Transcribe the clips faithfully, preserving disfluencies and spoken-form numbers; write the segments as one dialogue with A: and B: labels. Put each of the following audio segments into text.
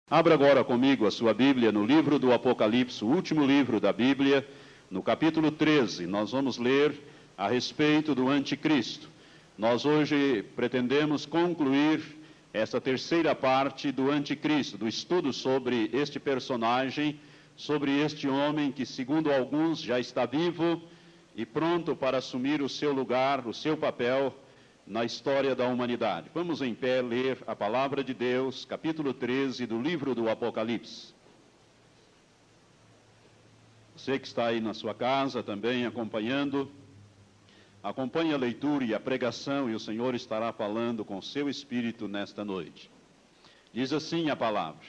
A: Abra agora comigo a sua Bíblia no livro do Apocalipse, o último livro da Bíblia, no capítulo treze. Nós vamos ler a respeito do Anticristo. Nós hoje pretendemos concluir essa terceira parte do Anticristo, do estudo sobre este personagem, sobre este homem que, segundo alguns, já está vivo e pronto para assumir o seu lugar, o seu papel na história da humanidade. Vamos em pé ler a palavra de Deus, capítulo treze do livro do Apocalipse. Você que está aí na sua casa também acompanhando, acompanhe a leitura e a pregação e o Senhor estará falando com seu espírito nesta noite. Diz assim a palavra: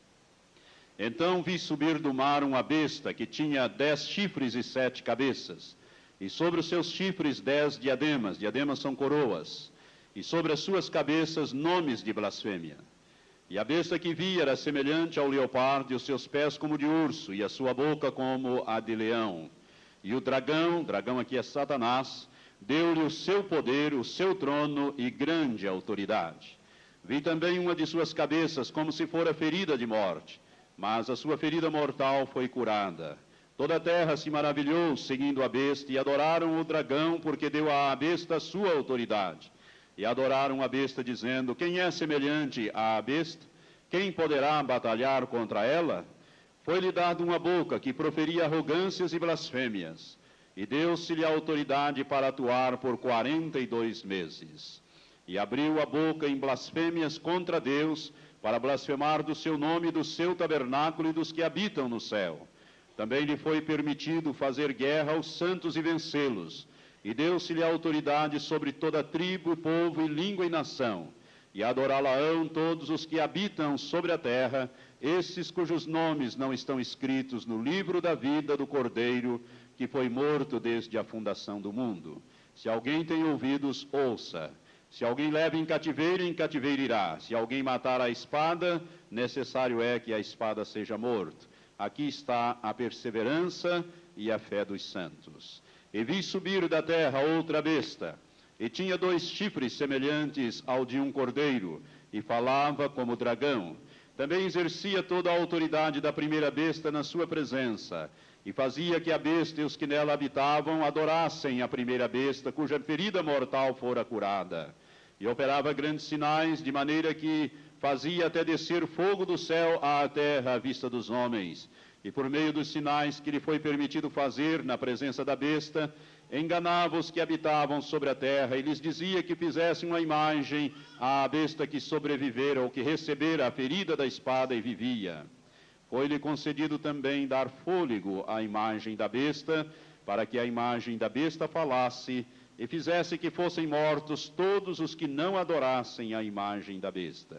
A: Então vi subir do mar uma besta que tinha dez chifres e sete cabeças, e sobre os seus chifres dez diademas, diademas são coroas, e sobre as suas cabeças nomes de blasfêmia. E a besta que vi era semelhante ao leopardo, e os seus pés como de urso, e a sua boca como a de leão. E o dragão, dragão aqui é Satanás, deu-lhe o seu poder, o seu trono e grande autoridade. Vi também uma de suas cabeças como se fora ferida de morte, mas a sua ferida mortal foi curada. Toda a terra se maravilhou, seguindo a besta, e adoraram o dragão, porque deu à besta a sua autoridade. E adoraram a besta, dizendo: Quem é semelhante à besta? Quem poderá batalhar contra ela? Foi-lhe dado uma boca que proferia arrogâncias e blasfêmias, e deu-se-lhe a autoridade para atuar por quarenta e dois meses. E abriu a boca em blasfêmias contra Deus, para blasfemar do seu nome, do seu tabernáculo e dos que habitam no céu. Também lhe foi permitido fazer guerra aos santos e vencê-los, e deu-se-lhe a autoridade sobre toda tribo, povo e língua e nação, e adorá-la-ão todos os que habitam sobre a terra, esses cujos nomes não estão escritos no livro da vida do Cordeiro, que foi morto desde a fundação do mundo. Se alguém tem ouvidos, ouça. Se alguém leva em cativeiro, em cativeiro irá. Se alguém matar a espada, necessário é que a espada seja morto. Aqui está a perseverança e a fé dos santos. E vi subir da terra outra besta, e tinha dois chifres semelhantes ao de um cordeiro, e falava como dragão. Também exercia toda a autoridade da primeira besta na sua presença, e fazia que a besta e os que nela habitavam adorassem a primeira besta, cuja ferida mortal fora curada. E operava grandes sinais, de maneira que fazia até descer fogo do céu à terra à vista dos homens. E por meio dos sinais que lhe foi permitido fazer na presença da besta, enganava os que habitavam sobre a terra, e lhes dizia que fizessem uma imagem à besta que sobrevivera, ou que recebera a ferida da espada e vivia. Foi-lhe concedido também dar fôlego à imagem da besta, para que a imagem da besta falasse, e fizesse que fossem mortos todos os que não adorassem a imagem da besta.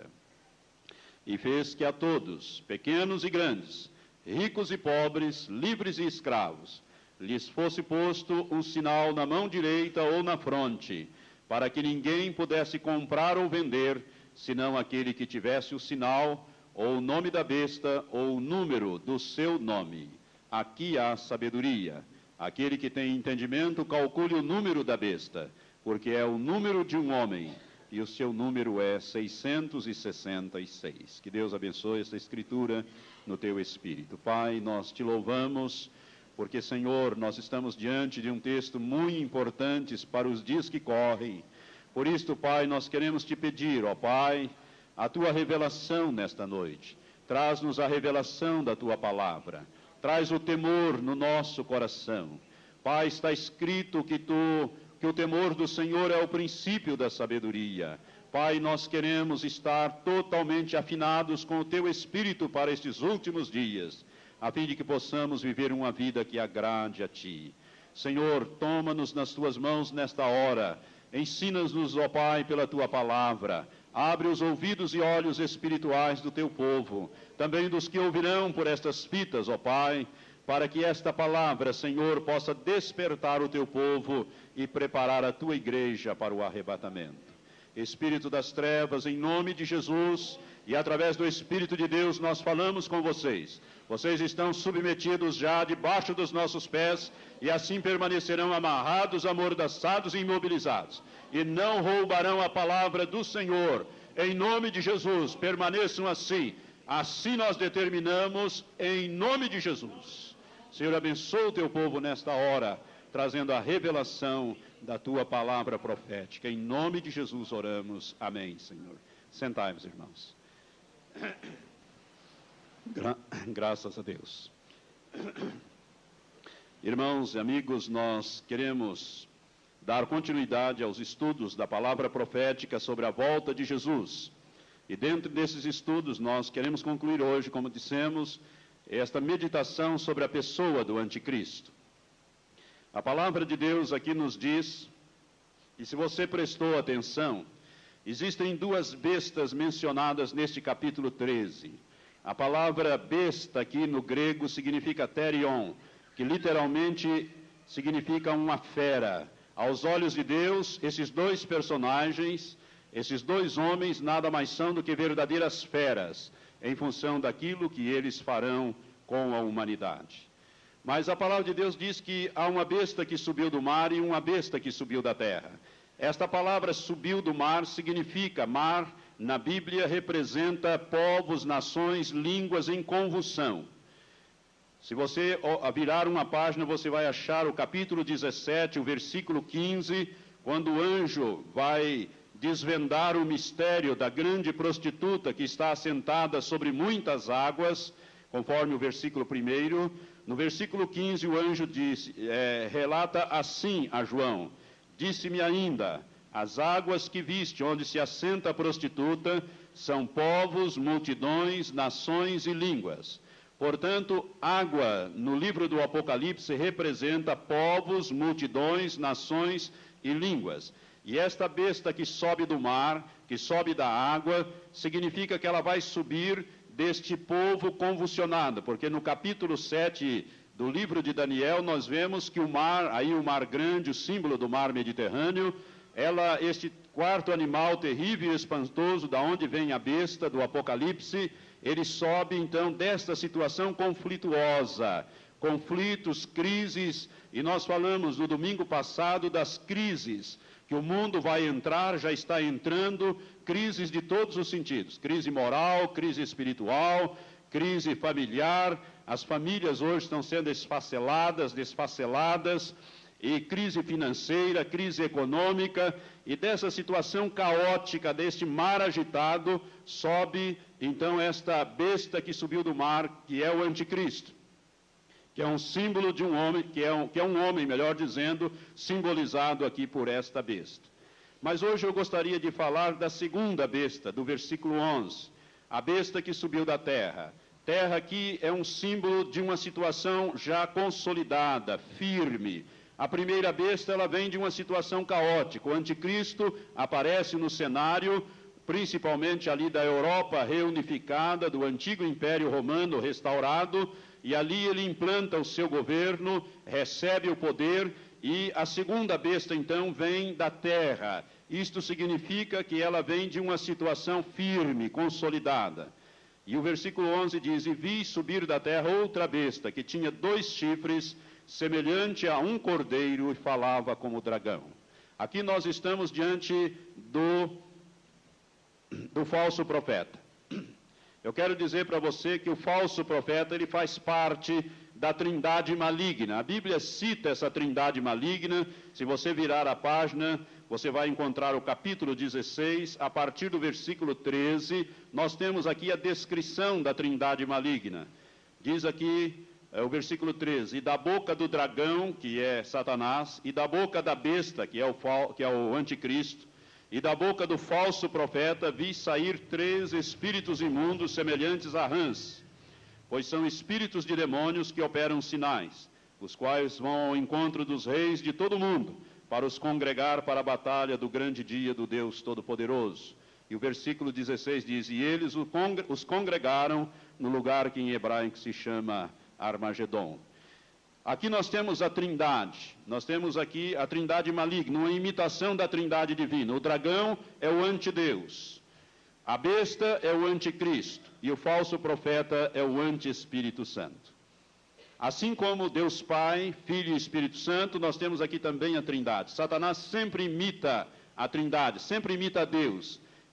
A: E fez que a todos, pequenos e grandes, ricos e pobres, livres e escravos, lhes fosse posto um sinal na mão direita ou na fronte, para que ninguém pudesse comprar ou vender, senão aquele que tivesse o sinal, ou o nome da besta, ou o número do seu nome. Aqui há sabedoria. Aquele que tem entendimento, calcule o número da besta, porque é o número de um homem, e o seu número é seiscentos e sessenta e seis. Que Deus abençoe esta escritura no teu espírito. Pai, nós te louvamos, porque, Senhor, nós estamos diante de um texto muito importante para os dias que correm. Por isto, Pai, nós queremos te pedir, ó Pai, a tua revelação nesta noite. Traz-nos a revelação da tua palavra. Traz o temor no nosso coração. Pai, está escrito que tu... que o temor do Senhor é o princípio da sabedoria. Pai, nós queremos estar totalmente afinados com o teu Espírito para estes últimos dias, a fim de que possamos viver uma vida que agrade a ti. Senhor, toma-nos nas tuas mãos nesta hora, ensina-nos, ó Pai, pela tua palavra, abre os ouvidos e olhos espirituais do teu povo, também dos que ouvirão por estas fitas, ó Pai, para que esta palavra, Senhor, possa despertar o teu povo e preparar a tua igreja para o arrebatamento. Espírito das trevas, em nome de Jesus, e através do Espírito de Deus, nós falamos com vocês. Vocês estão submetidos já debaixo dos nossos pés, e assim permanecerão amarrados, amordaçados e imobilizados, e não roubarão a palavra do Senhor. Em nome de Jesus, permaneçam assim, Assim nós determinamos em nome de Jesus. Senhor, abençoa o teu povo nesta hora, trazendo a revelação da tua palavra profética. Em nome de Jesus oramos. Amém, Senhor. Sentai-vos, irmãos. Gra graças a Deus. Irmãos e amigos, nós queremos dar continuidade aos estudos da palavra profética sobre a volta de Jesus. E dentro desses estudos nós queremos concluir hoje, como dissemos, esta meditação sobre a pessoa do anticristo. A palavra de Deus aqui nos diz, e se você prestou atenção, existem duas bestas mencionadas neste capítulo treze. A palavra besta aqui no grego significa therion, que literalmente significa uma fera. Aos olhos de Deus, esses dois personagens, esses dois homens, nada mais são do que verdadeiras feras, em função daquilo que eles farão com a humanidade. Mas a palavra de Deus diz que há uma besta que subiu do mar e uma besta que subiu da terra. Esta palavra subiu do mar significa, mar na Bíblia representa povos, nações, línguas em convulsão. Se você virar uma página, você vai achar o capítulo dezessete, o versículo quinze, quando o anjo vai desvendar o mistério da grande prostituta que está assentada sobre muitas águas, conforme o versículo primeiro. No versículo quinze, o anjo diz, é, relata assim a João: disse-me ainda, as águas que viste, onde se assenta a prostituta, são povos, multidões, nações e línguas. Portanto, água, no livro do Apocalipse, representa povos, multidões, nações e línguas. E esta besta que sobe do mar, que sobe da água, significa que ela vai subir deste povo convulsionado, porque no capítulo sete do livro de Daniel, nós vemos que o mar, aí o mar grande, o símbolo do mar Mediterrâneo, ela, este quarto animal terrível e espantoso, da onde vem a besta do Apocalipse, ele sobe então desta situação conflituosa, conflitos, crises, e nós falamos no domingo passado das crises que o mundo vai entrar, já está entrando, crises de todos os sentidos, crise moral, crise espiritual, crise familiar, as famílias hoje estão sendo esfaceladas, desfaceladas, e crise financeira, crise econômica, e dessa situação caótica, deste mar agitado, sobe então esta besta que subiu do mar, que é o anticristo, que é um símbolo de um homem, que é um, que é um homem, melhor dizendo, simbolizado aqui por esta besta. Mas hoje eu gostaria de falar da segunda besta, do versículo onze, a besta que subiu da terra. Terra aqui é um símbolo de uma situação já consolidada, firme. A primeira besta, ela vem de uma situação caótica. O anticristo aparece no cenário, principalmente ali da Europa reunificada, do antigo Império Romano restaurado, e ali ele implanta o seu governo, recebe o poder, e a segunda besta, então, vem da terra. Isto significa que ela vem de uma situação firme, consolidada. E o versículo onze diz, e vi subir da terra outra besta, que tinha dois chifres, semelhante a um cordeiro, e falava como dragão. Aqui nós estamos diante do, do falso profeta. Eu quero dizer para você que o falso profeta, ele faz parte da trindade maligna. A Bíblia cita essa trindade maligna. Se você virar a página, você vai encontrar o capítulo dezesseis, a partir do versículo treze, nós temos aqui a descrição da trindade maligna. Diz aqui, é, o versículo treze, e da boca do dragão, que é Satanás, e da boca da besta, que é o, que é o anticristo, e da boca do falso profeta vi sair três espíritos imundos semelhantes a rãs, pois são espíritos de demônios que operam sinais, os quais vão ao encontro dos reis de todo o mundo, para os congregar para a batalha do grande dia do Deus Todo-Poderoso. E o versículo dezesseis diz, e eles os congregaram no lugar que em hebraico se chama Armagedon. Aqui nós temos a trindade, nós temos aqui a trindade maligna, uma imitação da trindade divina. O dragão é o antideus, a besta é o anticristo, e o falso profeta é o anti-Espírito Santo. Assim como Deus Pai, Filho e Espírito Santo, nós temos aqui também a trindade. Satanás sempre imita a trindade, sempre imita a Deus.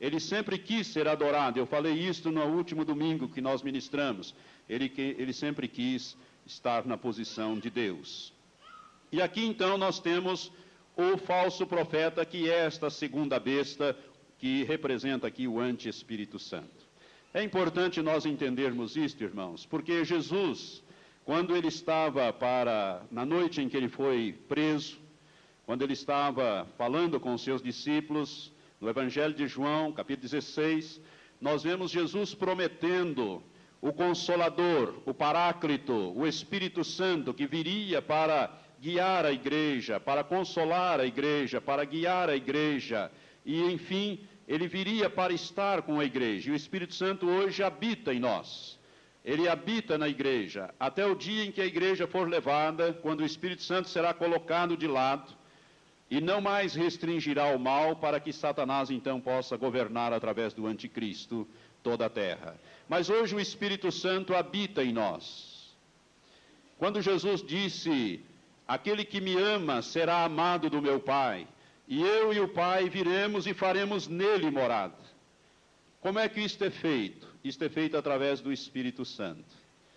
A: ele sempre quis ser adorado. Eu falei isso no último domingo que nós ministramos. Ele, que, ele sempre quis estar na posição de Deus. E aqui então nós temos o falso profeta, que é esta segunda besta, que representa aqui o anti-Espírito Santo. É importante nós entendermos isto, irmãos, porque Jesus, quando ele estava para, na noite em que ele foi preso, quando ele estava falando com os seus discípulos, no Evangelho de João, capítulo dezesseis, nós vemos Jesus prometendo o Consolador, o Paráclito, o Espírito Santo, que viria para guiar a igreja, para consolar a igreja, para guiar a igreja, e enfim, ele viria para estar com a igreja. E o Espírito Santo hoje habita em nós. Ele habita na igreja, até o dia em que a igreja for levada, quando o Espírito Santo será colocado de lado, e não mais restringirá o mal, para que Satanás então possa governar através do anticristo toda a terra. Mas hoje o Espírito Santo habita em nós. Quando Jesus disse: aquele que me ama será amado do meu Pai, e eu e o Pai viremos e faremos nele morada. Como é que isto é feito? Isto é feito através do Espírito Santo.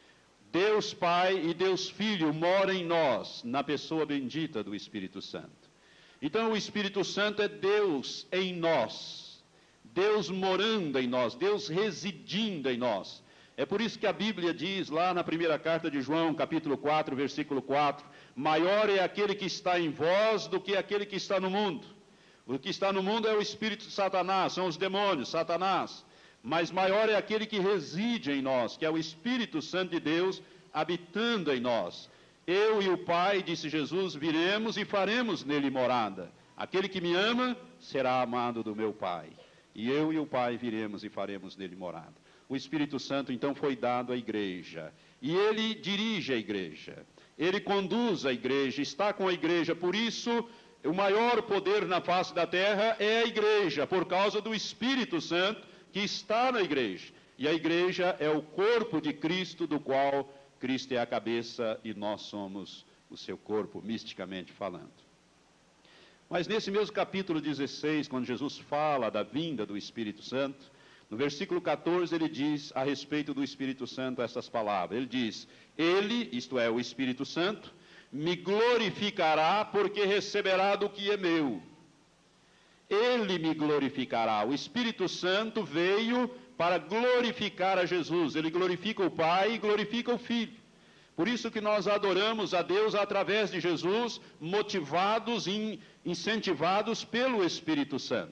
A: Deus Pai e Deus Filho moram em nós, na pessoa bendita do Espírito Santo. Então o Espírito Santo é Deus em nós, Deus morando em nós, Deus residindo em nós. É por isso que a Bíblia diz lá na primeira carta de João, capítulo quatro, versículo quatro, maior é aquele que está em vós do que aquele que está no mundo. O que está no mundo é o espírito de Satanás, são os demônios, Satanás. Mas maior é aquele que reside em nós, que é o Espírito Santo de Deus habitando em nós. Eu e o Pai, disse Jesus, viremos e faremos nele morada. Aquele que me ama será amado do meu Pai. E eu e o Pai viremos e faremos nele morada. O Espírito Santo então foi dado à igreja. E ele dirige a igreja. Ele conduz a igreja, está com a igreja. Por isso, o maior poder na face da terra é a igreja, por causa do Espírito Santo que está na igreja. E a igreja é o corpo de Cristo, do qual Cristo é a cabeça e nós somos o seu corpo, misticamente falando. Mas nesse mesmo capítulo dezesseis, quando Jesus fala da vinda do Espírito Santo, no versículo catorze ele diz a respeito do Espírito Santo essas palavras. Ele diz: ele, isto é, o Espírito Santo, me glorificará porque receberá do que é meu. Ele me glorificará. O Espírito Santo veio para glorificar a Jesus. Ele glorifica o Pai e glorifica o Filho. Por isso que nós adoramos a Deus através de Jesus, motivados e incentivados pelo Espírito Santo.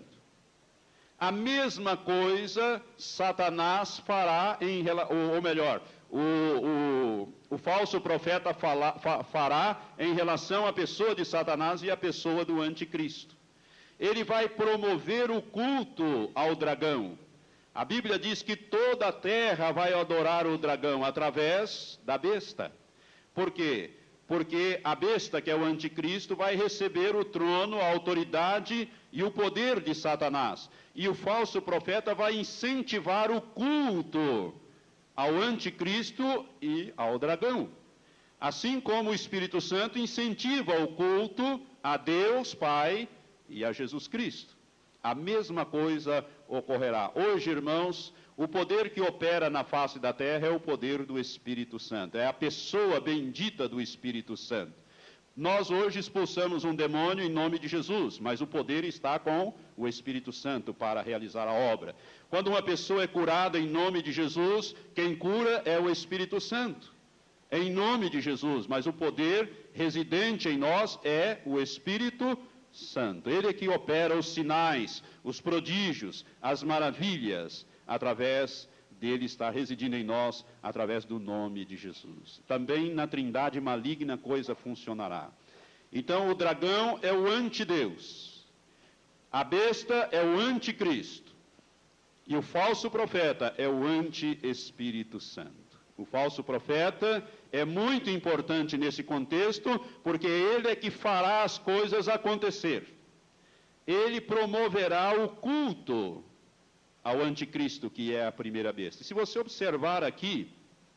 A: A mesma coisa Satanás fará, em, ou melhor, o, o, o falso profeta fala, fa, fará em relação à pessoa de Satanás e à pessoa do anticristo. Ele vai promover o culto ao dragão. A Bíblia diz que toda a terra vai adorar o dragão através da besta. Por quê? Porque a besta, que é o anticristo, vai receber o trono, a autoridade e o poder de Satanás. E o falso profeta vai incentivar o culto ao anticristo e ao dragão. Assim como o Espírito Santo incentiva o culto a Deus Pai e a Jesus Cristo. A mesma coisa ocorrerá. Hoje, irmãos, o poder que opera na face da terra é o poder do Espírito Santo. É a pessoa bendita do Espírito Santo. Nós hoje expulsamos um demônio em nome de Jesus, mas o poder está com o Espírito Santo para realizar a obra. Quando uma pessoa é curada em nome de Jesus, quem cura é o Espírito Santo. É em nome de Jesus, mas o poder residente em nós é o Espírito Santo. Santo. Ele é que opera os sinais, os prodígios, as maravilhas, através dele está residindo em nós, através do nome de Jesus. Também na trindade maligna coisa funcionará. Então o dragão é o antideus, a besta é o anticristo, e o falso profeta é o anti-Espírito Santo. O falso profeta é muito importante nesse contexto, porque ele é que fará as coisas acontecer. Ele promoverá o culto ao anticristo, que é a primeira besta. Se você observar aqui,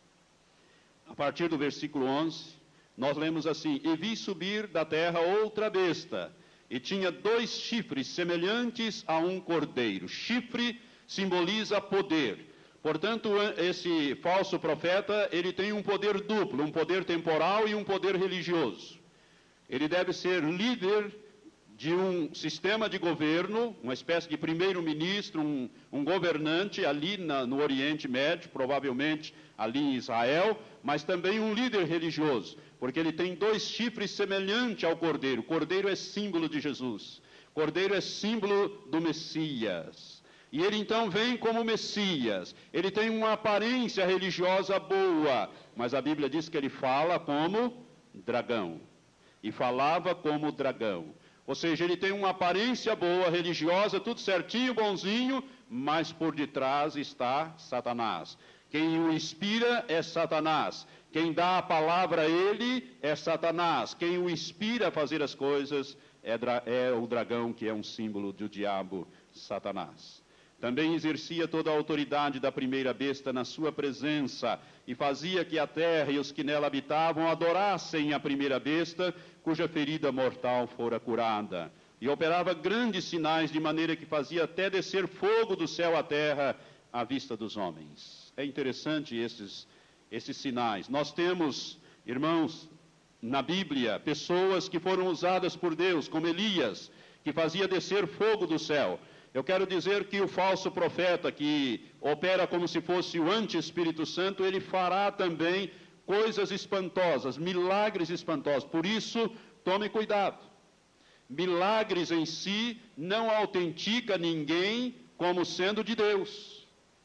A: a partir do versículo onze, nós lemos assim: e vi subir da terra outra besta, e tinha dois chifres semelhantes a um cordeiro. Chifre simboliza poder. Portanto, esse falso profeta, ele tem um poder duplo, um poder temporal e um poder religioso. Ele deve ser líder de um sistema de governo, uma espécie de primeiro-ministro, um, um governante ali na, no Oriente Médio, provavelmente ali em Israel, mas também um líder religioso, porque ele tem dois chifres semelhantes ao cordeiro. Cordeiro é símbolo de Jesus, cordeiro é símbolo do Messias. E ele então vem como Messias, ele tem uma aparência religiosa boa, mas a Bíblia diz que ele fala como dragão, e falava como dragão. Ou seja, ele tem uma aparência boa, religiosa, tudo certinho, bonzinho, mas por detrás está Satanás. Quem o inspira é Satanás. Quem dá a palavra a ele é Satanás. Quem o inspira a fazer as coisas é, é o dragão, que é um símbolo do diabo, Satanás. Também exercia toda a autoridade da primeira besta na sua presença e fazia que a terra e os que nela habitavam adorassem a primeira besta, cuja ferida mortal fora curada. E operava grandes sinais, de maneira que fazia até descer fogo do céu à terra à vista dos homens. É interessante esses, esses sinais. Nós temos, irmãos, na Bíblia, pessoas que foram usadas por Deus, como Elias, que fazia descer fogo do céu. Eu quero dizer que o falso profeta, que opera como se fosse o anti-Espírito Santo, ele fará também coisas espantosas, milagres espantosos. Por isso, tome cuidado. Milagres em si não autentica ninguém como sendo de Deus.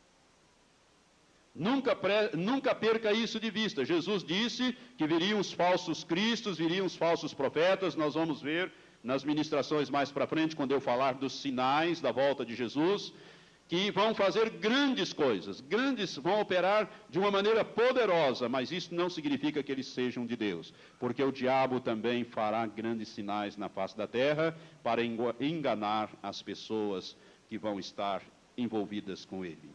A: Nunca, pre, nunca perca isso de vista. Jesus disse que viriam os falsos cristos, viriam os falsos profetas, nós vamos ver nas ministrações mais para frente, quando eu falar dos sinais da volta de Jesus, que vão fazer grandes coisas, grandes, vão operar de uma maneira poderosa, mas isso não significa que eles sejam de Deus, porque o diabo também fará grandes sinais na face da terra para enganar as pessoas que vão estar envolvidas com ele.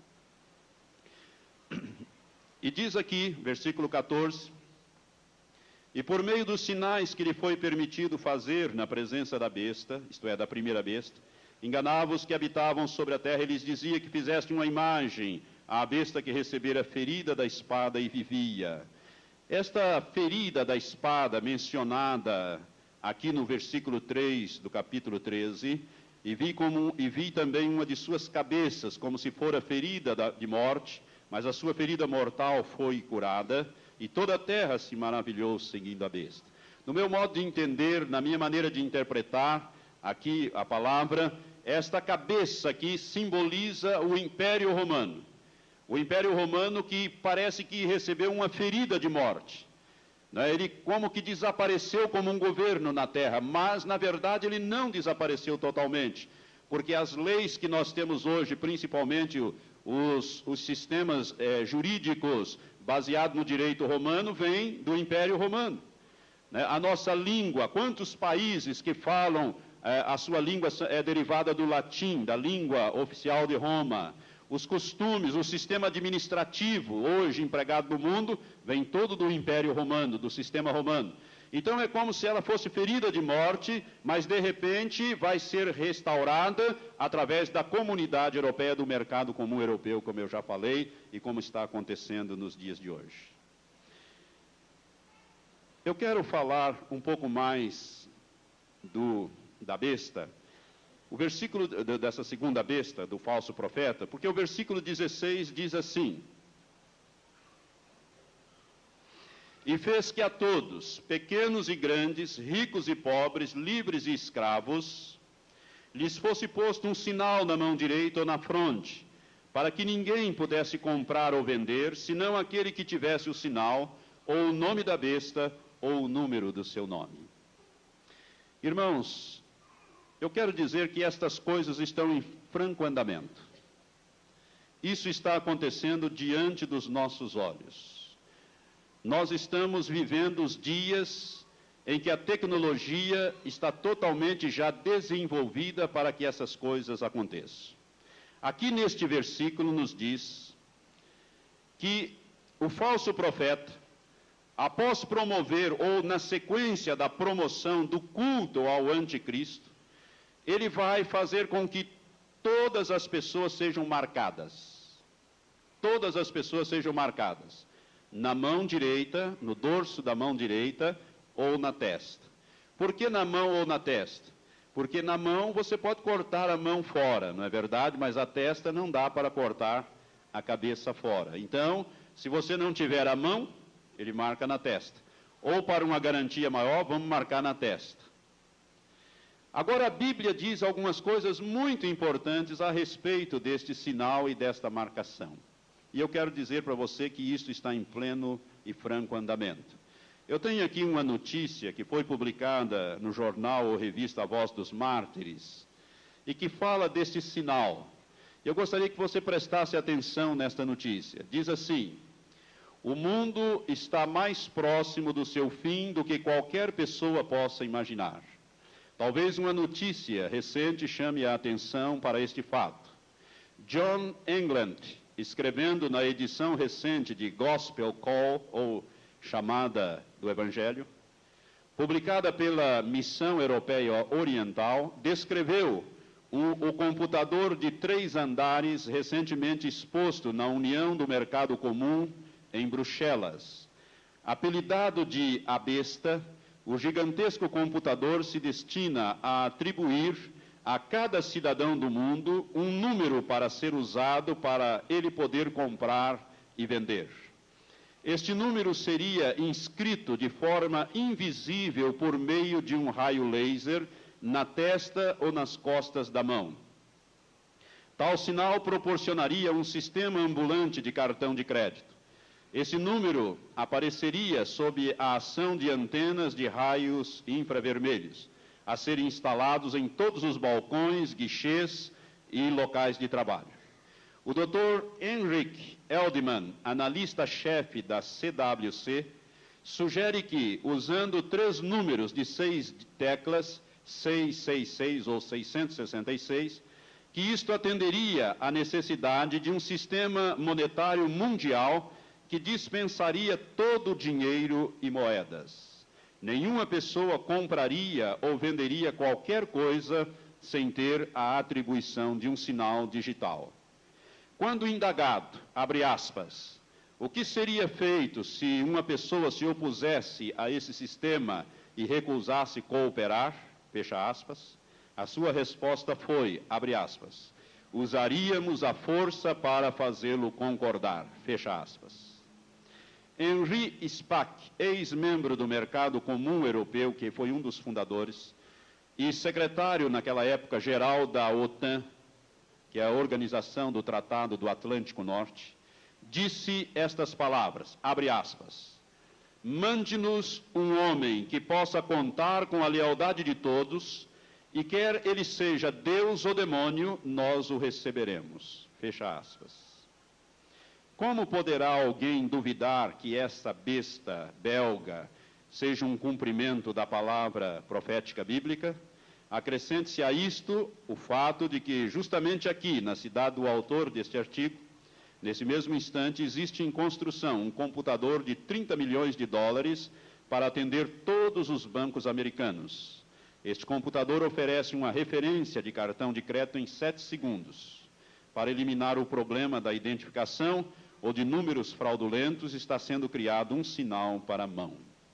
A: E diz aqui, versículo catorze, e por meio dos sinais que lhe foi permitido fazer na presença da besta, isto é, da primeira besta, enganava os que habitavam sobre a terra e lhes dizia que fizesse uma imagem à besta que recebera ferida da espada e vivia. Esta ferida da espada mencionada aqui no versículo três do capítulo treze, e vi, como, e vi também uma de suas cabeças, como se fora ferida da, de morte, mas a sua ferida mortal foi curada, e toda a terra se maravilhou seguindo a besta. No meu modo de entender, na minha maneira de interpretar aqui a palavra, esta cabeça aqui simboliza o Império Romano. O Império Romano que parece que recebeu uma ferida de morte. Ele como que desapareceu como um governo na terra, mas na verdade ele não desapareceu totalmente, porque as leis que nós temos hoje, principalmente os, os sistemas eh, jurídicos baseados no direito romano, vêm do Império Romano. Né? A nossa língua, quantos países que falam, eh, a sua língua é derivada do latim, da língua oficial de Roma. Os costumes, o sistema administrativo, hoje empregado no mundo, vem todo do Império Romano, do sistema romano. Então é como se ela fosse ferida de morte, mas de repente vai ser restaurada através da comunidade europeia, do mercado comum europeu, como eu já falei, e como está acontecendo nos dias de hoje. Eu quero falar um pouco mais do, da besta, o versículo dessa segunda besta, do falso profeta, porque o versículo dezesseis diz assim: e fez que a todos, pequenos e grandes, ricos e pobres, livres e escravos, lhes fosse posto um sinal na mão direita ou na fronte, para que ninguém pudesse comprar ou vender, senão aquele que tivesse o sinal, ou o nome da besta, ou o número do seu nome. Irmãos, eu quero dizer que estas coisas estão em franco andamento. Isso está acontecendo diante dos nossos olhos. Nós estamos vivendo os dias em que a tecnologia está totalmente já desenvolvida para que essas coisas aconteçam. Aqui neste versículo nos diz que o falso profeta, após promover, ou na sequência da promoção do culto ao anticristo, ele vai fazer com que todas as pessoas sejam marcadas. Todas as pessoas sejam marcadas. Na mão direita, no dorso da mão direita ou na testa. Por que na mão ou na testa? Porque na mão você pode cortar a mão fora, não é verdade? Mas a testa não dá para cortar a cabeça fora. Então, se você não tiver a mão, ele marca na testa. Ou para uma garantia maior, vamos marcar na testa. Agora a Bíblia diz algumas coisas muito importantes a respeito deste sinal e desta marcação. E eu quero dizer para você que isso está em pleno e franco andamento. Eu tenho aqui uma notícia que foi publicada no jornal ou revista A Voz dos Mártires, e que fala deste sinal. Eu gostaria que você prestasse atenção nesta notícia. Diz assim: o mundo está mais próximo do seu fim do que qualquer pessoa possa imaginar. Talvez uma notícia recente chame a atenção para este fato. John England, escrevendo na edição recente de Gospel Call, ou Chamada do Evangelho, publicada pela Missão Europeia Oriental, descreveu o, o computador de três andares recentemente exposto na União do Mercado Comum, em Bruxelas. Apelidado de A Besta, o gigantesco computador se destina a atribuir a cada cidadão do mundo um número para ser usado para ele poder comprar e vender. Este número seria inscrito de forma invisível por meio de um raio laser na testa ou nas costas da mão. Tal sinal proporcionaria um sistema ambulante de cartão de crédito. Esse número apareceria sob a ação de antenas de raios infravermelhos, a serem instalados em todos os balcões, guichês e locais de trabalho. O doutor Henrik Eldman, analista-chefe da C W C, sugere que, usando três números de seis teclas, seiscentos e sessenta e seis ou seiscentos e sessenta e seis, que isto atenderia à necessidade de um sistema monetário mundial que dispensaria todo o dinheiro e moedas. Nenhuma pessoa compraria ou venderia qualquer coisa sem ter a atribuição de um sinal digital. Quando indagado, abre aspas, o que seria feito se uma pessoa se opusesse a esse sistema e recusasse cooperar, fecha aspas, a sua resposta foi, abre aspas, usaríamos a força para fazê-lo concordar, fecha aspas. Henri Spack, ex-membro do Mercado Comum Europeu, que foi um dos fundadores, e secretário naquela época geral da OTAN, que é a Organização do Tratado do Atlântico Norte, disse estas palavras, abre aspas, mande-nos um homem que possa contar com a lealdade de todos, e quer ele seja Deus ou demônio, nós o receberemos, fecha aspas. Como poderá alguém duvidar que essa besta belga seja um cumprimento da palavra profética bíblica? Acrescente-se a isto o fato de que, justamente aqui, na cidade do autor deste artigo, nesse mesmo instante, existe em construção um computador de trinta milhões de dólares para atender todos os bancos americanos. Este computador oferece uma referência de cartão de crédito em sete segundos. Para eliminar o problema da identificação ou de números fraudulentos, está sendo criado um sinal para a mão.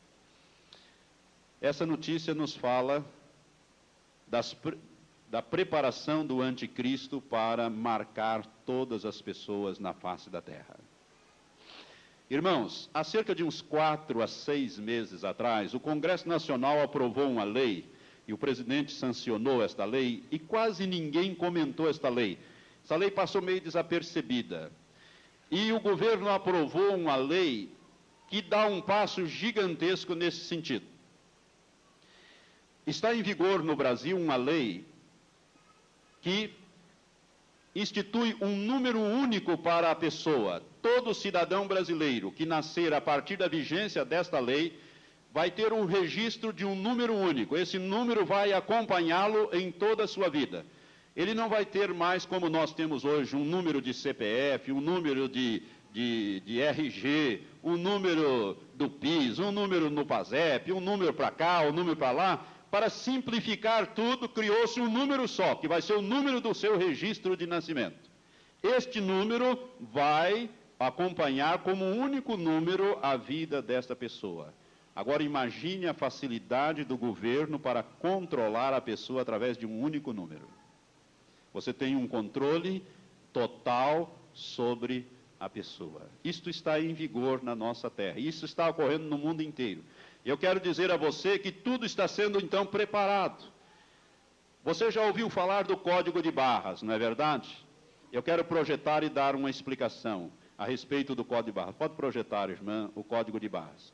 A: Essa notícia nos fala Das, da preparação do anticristo para marcar todas as pessoas na face da terra. Irmãos, há cerca de uns quatro a seis meses atrás, o Congresso Nacional aprovou uma lei, e o presidente sancionou esta lei, e quase ninguém comentou esta lei. Essa lei passou meio desapercebida. E o governo aprovou uma lei que dá um passo gigantesco nesse sentido. Está em vigor no Brasil uma lei que institui um número único para a pessoa. Todo cidadão brasileiro que nascer a partir da vigência desta lei vai ter um registro de um número único. Esse número vai acompanhá-lo em toda a sua vida. Ele não vai ter mais, como nós temos hoje, um número de C P F, um número de, de, de R G, um número do PIS, um número no PASEP, um número para cá, um número para lá. para simplificar tudo, criou-se um número só, que vai ser o número do seu registro de nascimento. Este número vai acompanhar como único número a vida desta pessoa. Agora imagine a facilidade do governo para controlar a pessoa através de um único número. Você tem um controle total sobre a pessoa. Isto está em vigor na nossa terra. Isso está ocorrendo no mundo inteiro. Eu quero dizer a você que tudo está sendo então preparado. Você já ouviu falar do Código de Barras, não é verdade? Eu quero projetar e dar uma explicação a respeito do Código de Barras. Pode projetar, irmã, o Código de Barras.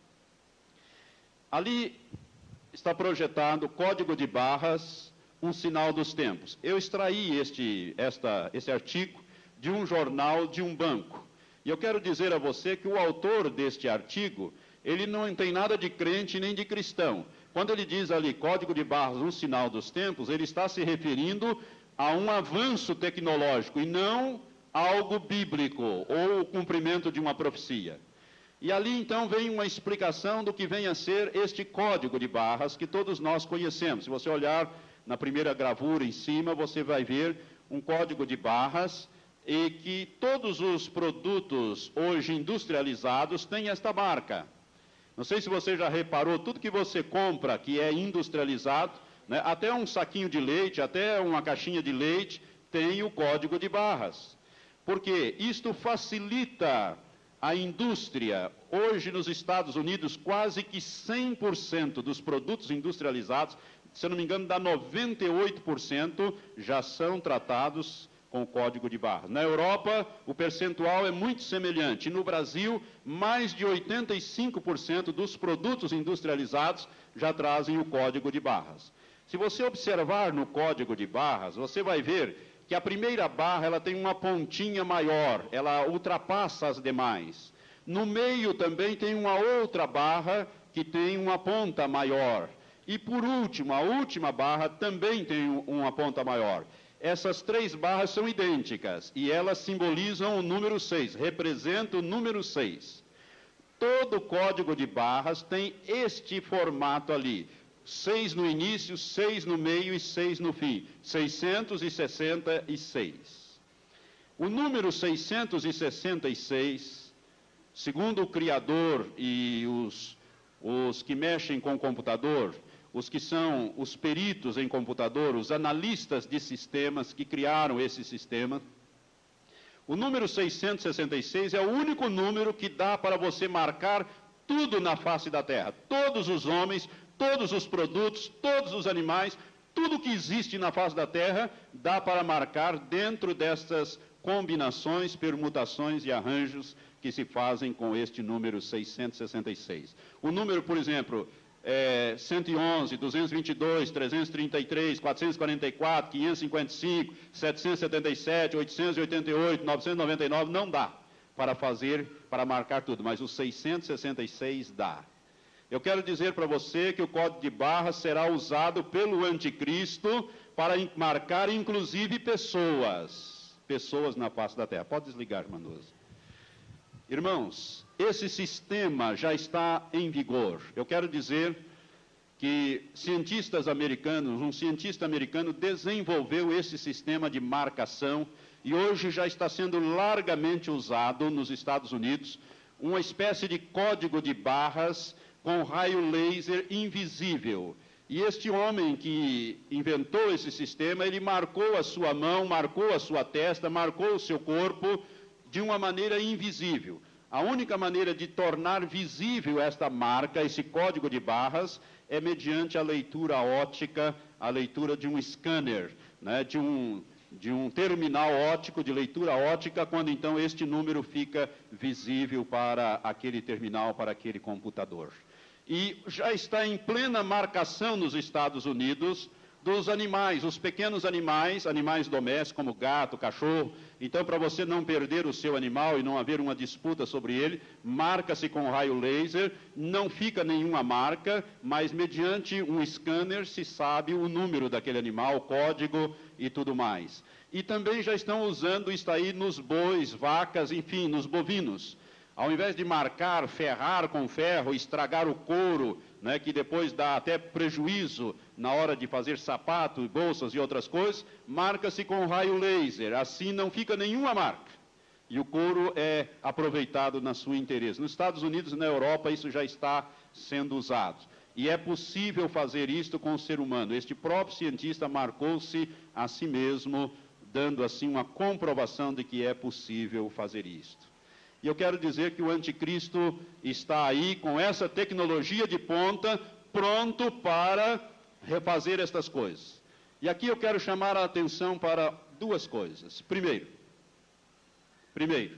A: Ali está projetado o Código de Barras, um sinal dos tempos. Eu extraí este, esta, esse artigo de um jornal de um banco. E eu quero dizer a você que o autor deste artigo, ele não tem nada de crente nem de cristão. Quando ele diz ali Código de Barras, um sinal dos tempos, ele está se referindo a um avanço tecnológico e não algo bíblico ou o cumprimento de uma profecia. E ali então vem uma explicação do que vem a ser este Código de Barras que todos nós conhecemos. Se você olhar na primeira gravura em cima, você vai ver um Código de Barras e que todos os produtos hoje industrializados têm esta marca. Não sei se você já reparou, tudo que você compra que é industrializado, né, até um saquinho de leite, até uma caixinha de leite, tem o Código de Barras. Porque isto facilita a indústria. Hoje nos Estados Unidos, quase que cem por cento dos produtos industrializados, se eu não me engano, dá noventa e oito por cento, já são tratados com o Código de Barras. Na Europa, o percentual é muito semelhante. No Brasil, mais de oitenta e cinco por cento dos produtos industrializados já trazem o Código de Barras. Se você observar no Código de Barras, você vai ver que a primeira barra ela tem uma pontinha maior, ela ultrapassa as demais. No meio também tem uma outra barra que tem uma ponta maior. E por último, a última barra também tem uma ponta maior. Essas três barras são idênticas e elas simbolizam o número seis, representam o número seis. Todo o Código de Barras tem este formato ali. Seis no início, seis no meio e seis no fim. seiscentos e sessenta e seis. O número seiscentos e sessenta e seis, segundo o criador e os, os que mexem com o computador, os que são os peritos em computador, os analistas de sistemas que criaram esse sistema, o número seiscentos e sessenta e seis é o único número que dá para você marcar tudo na face da Terra. Todos os homens, todos os produtos, todos os animais, tudo que existe na face da Terra, dá para marcar dentro destas combinações, permutações e arranjos que se fazem com este número seiscentos e sessenta e seis. O número, por exemplo, é cento e onze, duzentos e vinte e dois, trezentos e trinta e três, quatrocentos e quarenta e quatro, quinhentos e cinquenta e cinco, setecentos e setenta e sete, oitocentos e oitenta e oito, novecentos e noventa e nove, não dá para fazer, para marcar tudo, mas o seiscentos e sessenta e seis dá. Eu quero dizer para você que o Código de Barras será usado pelo anticristo para marcar, inclusive, pessoas. Pessoas na face da terra. Pode desligar, Manoso. Irmãos, esse sistema já está em vigor. Eu quero dizer que cientistas americanos, um cientista americano desenvolveu esse sistema de marcação e hoje já está sendo largamente usado nos Estados Unidos, uma espécie de código de barras com raio laser invisível. E este homem que inventou esse sistema, ele marcou a sua mão, marcou a sua testa, marcou o seu corpo de uma maneira invisível. A única maneira de tornar visível esta marca, esse código de barras, é mediante a leitura óptica, a leitura de um scanner, né, de um, de um terminal óptico, de leitura óptica, quando então este número fica visível para aquele terminal, para aquele computador. E já está em plena marcação nos Estados Unidos dos animais, os pequenos animais, animais domésticos como gato, cachorro. Então, para você não perder o seu animal e não haver uma disputa sobre ele, marca-se com raio laser, não fica nenhuma marca, mas mediante um scanner se sabe o número daquele animal, o código e tudo mais. E também já estão usando isso aí nos bois, vacas, enfim, nos bovinos. Ao invés de marcar, ferrar com ferro, estragar o couro, né, que depois dá até prejuízo na hora de fazer sapato, bolsas e outras coisas, marca-se com raio laser, assim não fica nenhuma marca. E o couro é aproveitado na sua inteireza. Nos Estados Unidos e na Europa isso já está sendo usado. E é possível fazer isto com o ser humano. Este próprio cientista marcou-se a si mesmo, dando assim uma comprovação de que é possível fazer isto. E eu quero dizer que o anticristo está aí com essa tecnologia de ponta, pronto para refazer estas coisas. E aqui eu quero chamar a atenção para duas coisas. Primeiro, primeiro,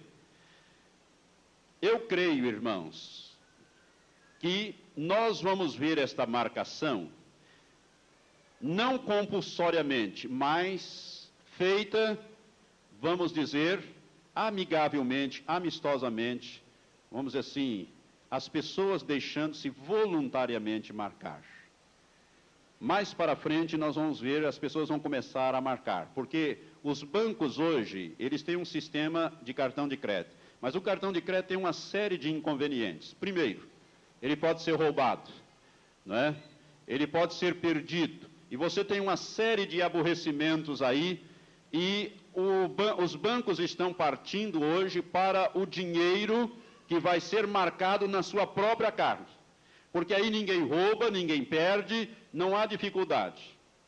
A: eu creio, irmãos, que nós vamos ver esta marcação, não compulsoriamente, mas feita, vamos dizer, amigavelmente, amistosamente, vamos dizer assim, as pessoas deixando-se voluntariamente marcar. Mais para frente nós vamos ver, as pessoas vão começar a marcar, porque os bancos hoje, eles têm um sistema de cartão de crédito, mas o cartão de crédito tem uma série de inconvenientes. Primeiro, ele pode ser roubado, não é? Ele pode ser perdido, e você tem uma série de aborrecimentos aí, e o ban- os bancos estão partindo hoje para o dinheiro que vai ser marcado na sua própria carne, porque aí ninguém rouba, ninguém perde, não há dificuldade.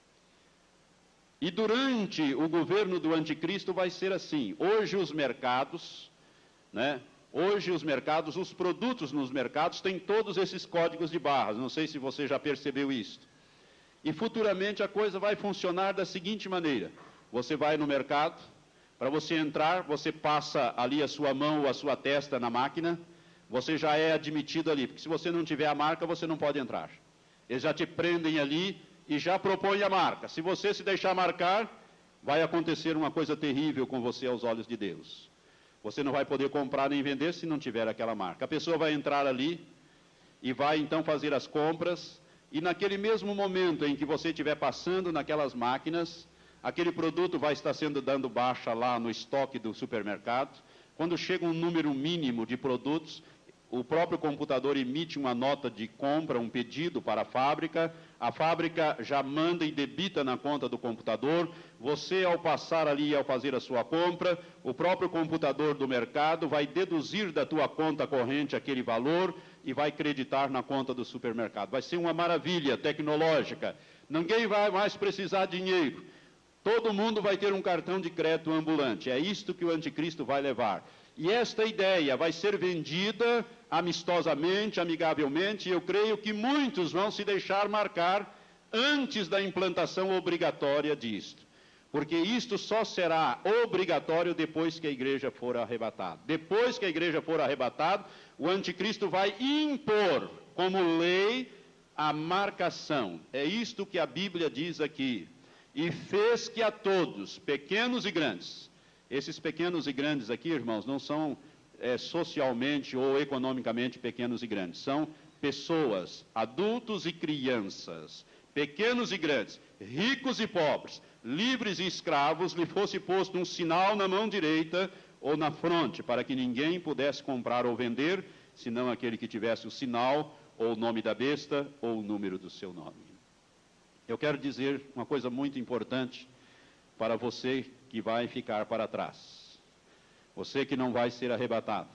A: E durante o governo do anticristo vai ser assim. Hoje os mercados, né? Hoje os mercados, os produtos nos mercados têm todos esses códigos de barras, não sei se você já percebeu isso. E futuramente a coisa vai funcionar da seguinte maneira: você vai no mercado, para você entrar, você passa ali a sua mão ou a sua testa na máquina, você já é admitido ali, porque se você não tiver a marca, você não pode entrar. Eles já te prendem ali e já propõem a marca. Se você se deixar marcar, vai acontecer uma coisa terrível com você aos olhos de Deus. Você não vai poder comprar nem vender se não tiver aquela marca. A pessoa vai entrar ali e vai então fazer as compras, e naquele mesmo momento em que você estiver passando naquelas máquinas, aquele produto vai estar sendo dando baixa lá no estoque do supermercado. Quando chega um número mínimo de produtos, o próprio computador emite uma nota de compra, um pedido para a fábrica, a fábrica já manda e debita na conta do computador, você ao passar ali e ao fazer a sua compra, o próprio computador do mercado vai deduzir da tua conta corrente aquele valor e vai creditar na conta do supermercado. Vai ser uma maravilha tecnológica, ninguém vai mais precisar de dinheiro, todo mundo vai ter um cartão de crédito ambulante, é isto que o anticristo vai levar. E esta ideia vai ser vendida amistosamente, amigavelmente, e eu creio que muitos vão se deixar marcar antes da implantação obrigatória disto. Porque isto só será obrigatório depois que a igreja for arrebatada. Depois que a igreja for arrebatada, o anticristo vai impor como lei a marcação. É isto que a Bíblia diz aqui. E fez que a todos, pequenos e grandes, esses pequenos e grandes aqui, irmãos, não são é, socialmente ou economicamente pequenos e grandes, são pessoas, adultos e crianças, pequenos e grandes, ricos e pobres, livres e escravos, lhe fosse posto um sinal na mão direita ou na fronte, para que ninguém pudesse comprar ou vender, senão aquele que tivesse o sinal, ou o nome da besta, ou o número do seu nome. Eu quero dizer uma coisa muito importante para você que vai ficar para trás. Você que não vai ser arrebatado.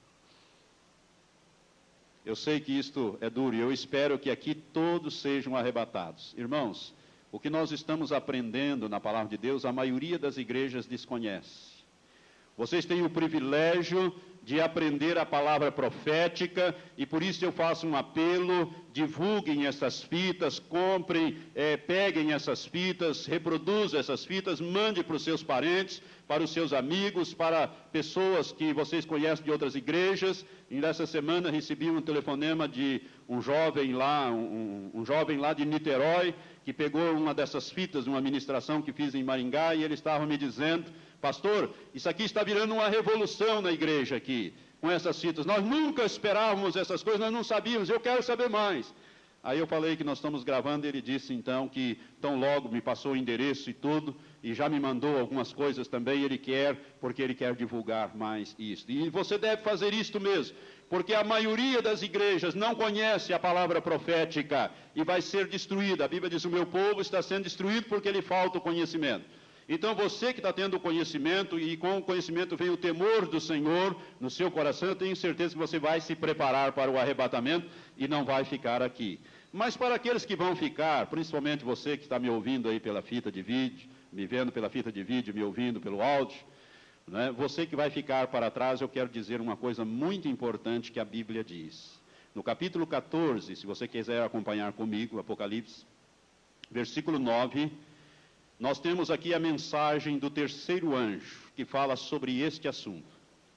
A: Eu sei que isto é duro e eu espero que aqui todos sejam arrebatados. Irmãos, o que nós estamos aprendendo na palavra de Deus, a maioria das igrejas desconhece. Vocês têm o privilégio de aprender a palavra profética, e por isso eu faço um apelo: divulguem essas fitas, comprem, é, peguem essas fitas, reproduzam essas fitas, mande para os seus parentes, para os seus amigos, para pessoas que vocês conhecem de outras igrejas. E nessa semana recebi um telefonema de um jovem lá, um, um jovem lá de Niterói, que pegou uma dessas fitas, uma ministração que fiz em Maringá, e ele estava me dizendo: pastor, isso aqui está virando uma revolução na igreja aqui, com essas fitas. Nós nunca esperávamos essas coisas, nós não sabíamos, eu quero saber mais. Aí eu falei que nós estamos gravando, e ele disse então que tão logo me passou o endereço e tudo, e já me mandou algumas coisas também, ele quer, porque ele quer divulgar mais isto. E você deve fazer isto mesmo. porque a maioria das igrejas não conhece a palavra profética e vai ser destruída. A Bíblia diz: o meu povo está sendo destruído porque lhe falta o conhecimento. Então você que está tendo o conhecimento, e com o conhecimento vem o temor do Senhor no seu coração, eu tenho certeza que você vai se preparar para o arrebatamento e não vai ficar aqui. Mas para aqueles que vão ficar, principalmente você que está me ouvindo aí pela fita de vídeo, me vendo pela fita de vídeo, me ouvindo pelo áudio, né? Você que vai ficar para trás, eu quero dizer uma coisa muito importante que a Bíblia diz. No capítulo quatorze, se você quiser acompanhar comigo, Apocalipse, versículo nove, nós temos aqui a mensagem do terceiro anjo, que fala sobre este assunto.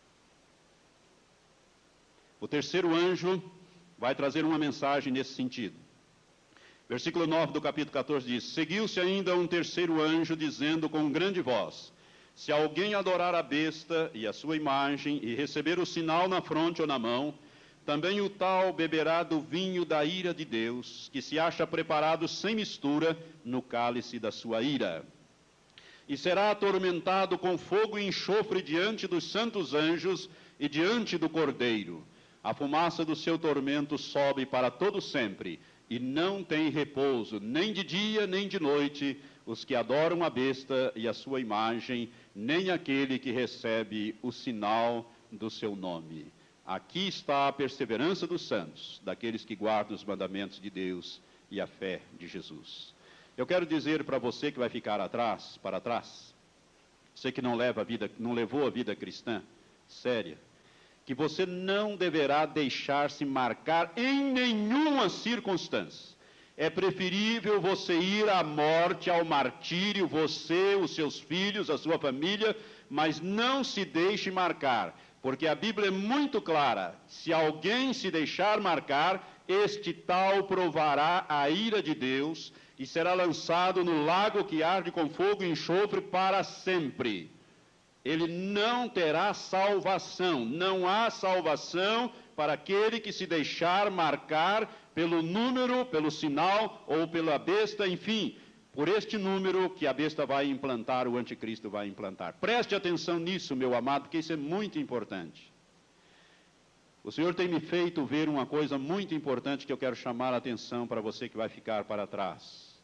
A: O terceiro anjo vai trazer uma mensagem nesse sentido. Versículo nove do capítulo quatorze diz: seguiu-se ainda um terceiro anjo, dizendo com grande voz: se alguém adorar a besta e a sua imagem, e receber o sinal na fronte ou na mão, também o tal beberá do vinho da ira de Deus, que se acha preparado sem mistura no cálice da sua ira. E será atormentado com fogo e enxofre diante dos santos anjos e diante do Cordeiro. A fumaça do seu tormento sobe para todo sempre, e não tem repouso, nem de dia nem de noite, os que adoram a besta e a sua imagem, nem aquele que recebe o sinal do seu nome. Aqui está a perseverança dos santos, daqueles que guardam os mandamentos de Deus e a fé de Jesus. Eu quero dizer para você que vai ficar atrás, para trás, você que não leva a vida, não levou a vida cristã séria, que você não deverá deixar-se marcar em nenhuma circunstância. É preferível você ir à morte, ao martírio, você, os seus filhos, a sua família, mas não se deixe marcar. Porque a Bíblia é muito clara: se alguém se deixar marcar, este tal provará a ira de Deus e será lançado no lago que arde com fogo e enxofre para sempre. Ele não terá salvação, não há salvação para aquele que se deixar marcar pelo número, pelo sinal ou pela besta, enfim, por este número que a besta vai implantar, o anticristo vai implantar. Preste atenção nisso, meu amado, porque isso é muito importante. O Senhor tem me feito ver uma coisa muito importante que eu quero chamar a atenção para você que vai ficar para trás.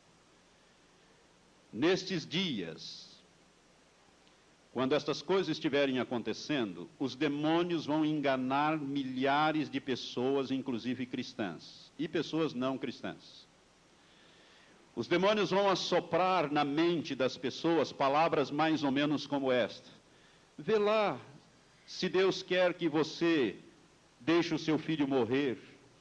A: Nestes dias, quando estas coisas estiverem acontecendo, os demônios vão enganar milhares de pessoas, inclusive cristãs, e pessoas não cristãs. Os demônios vão assoprar na mente das pessoas palavras mais ou menos como esta: vê lá, se Deus quer que você deixe o seu filho morrer.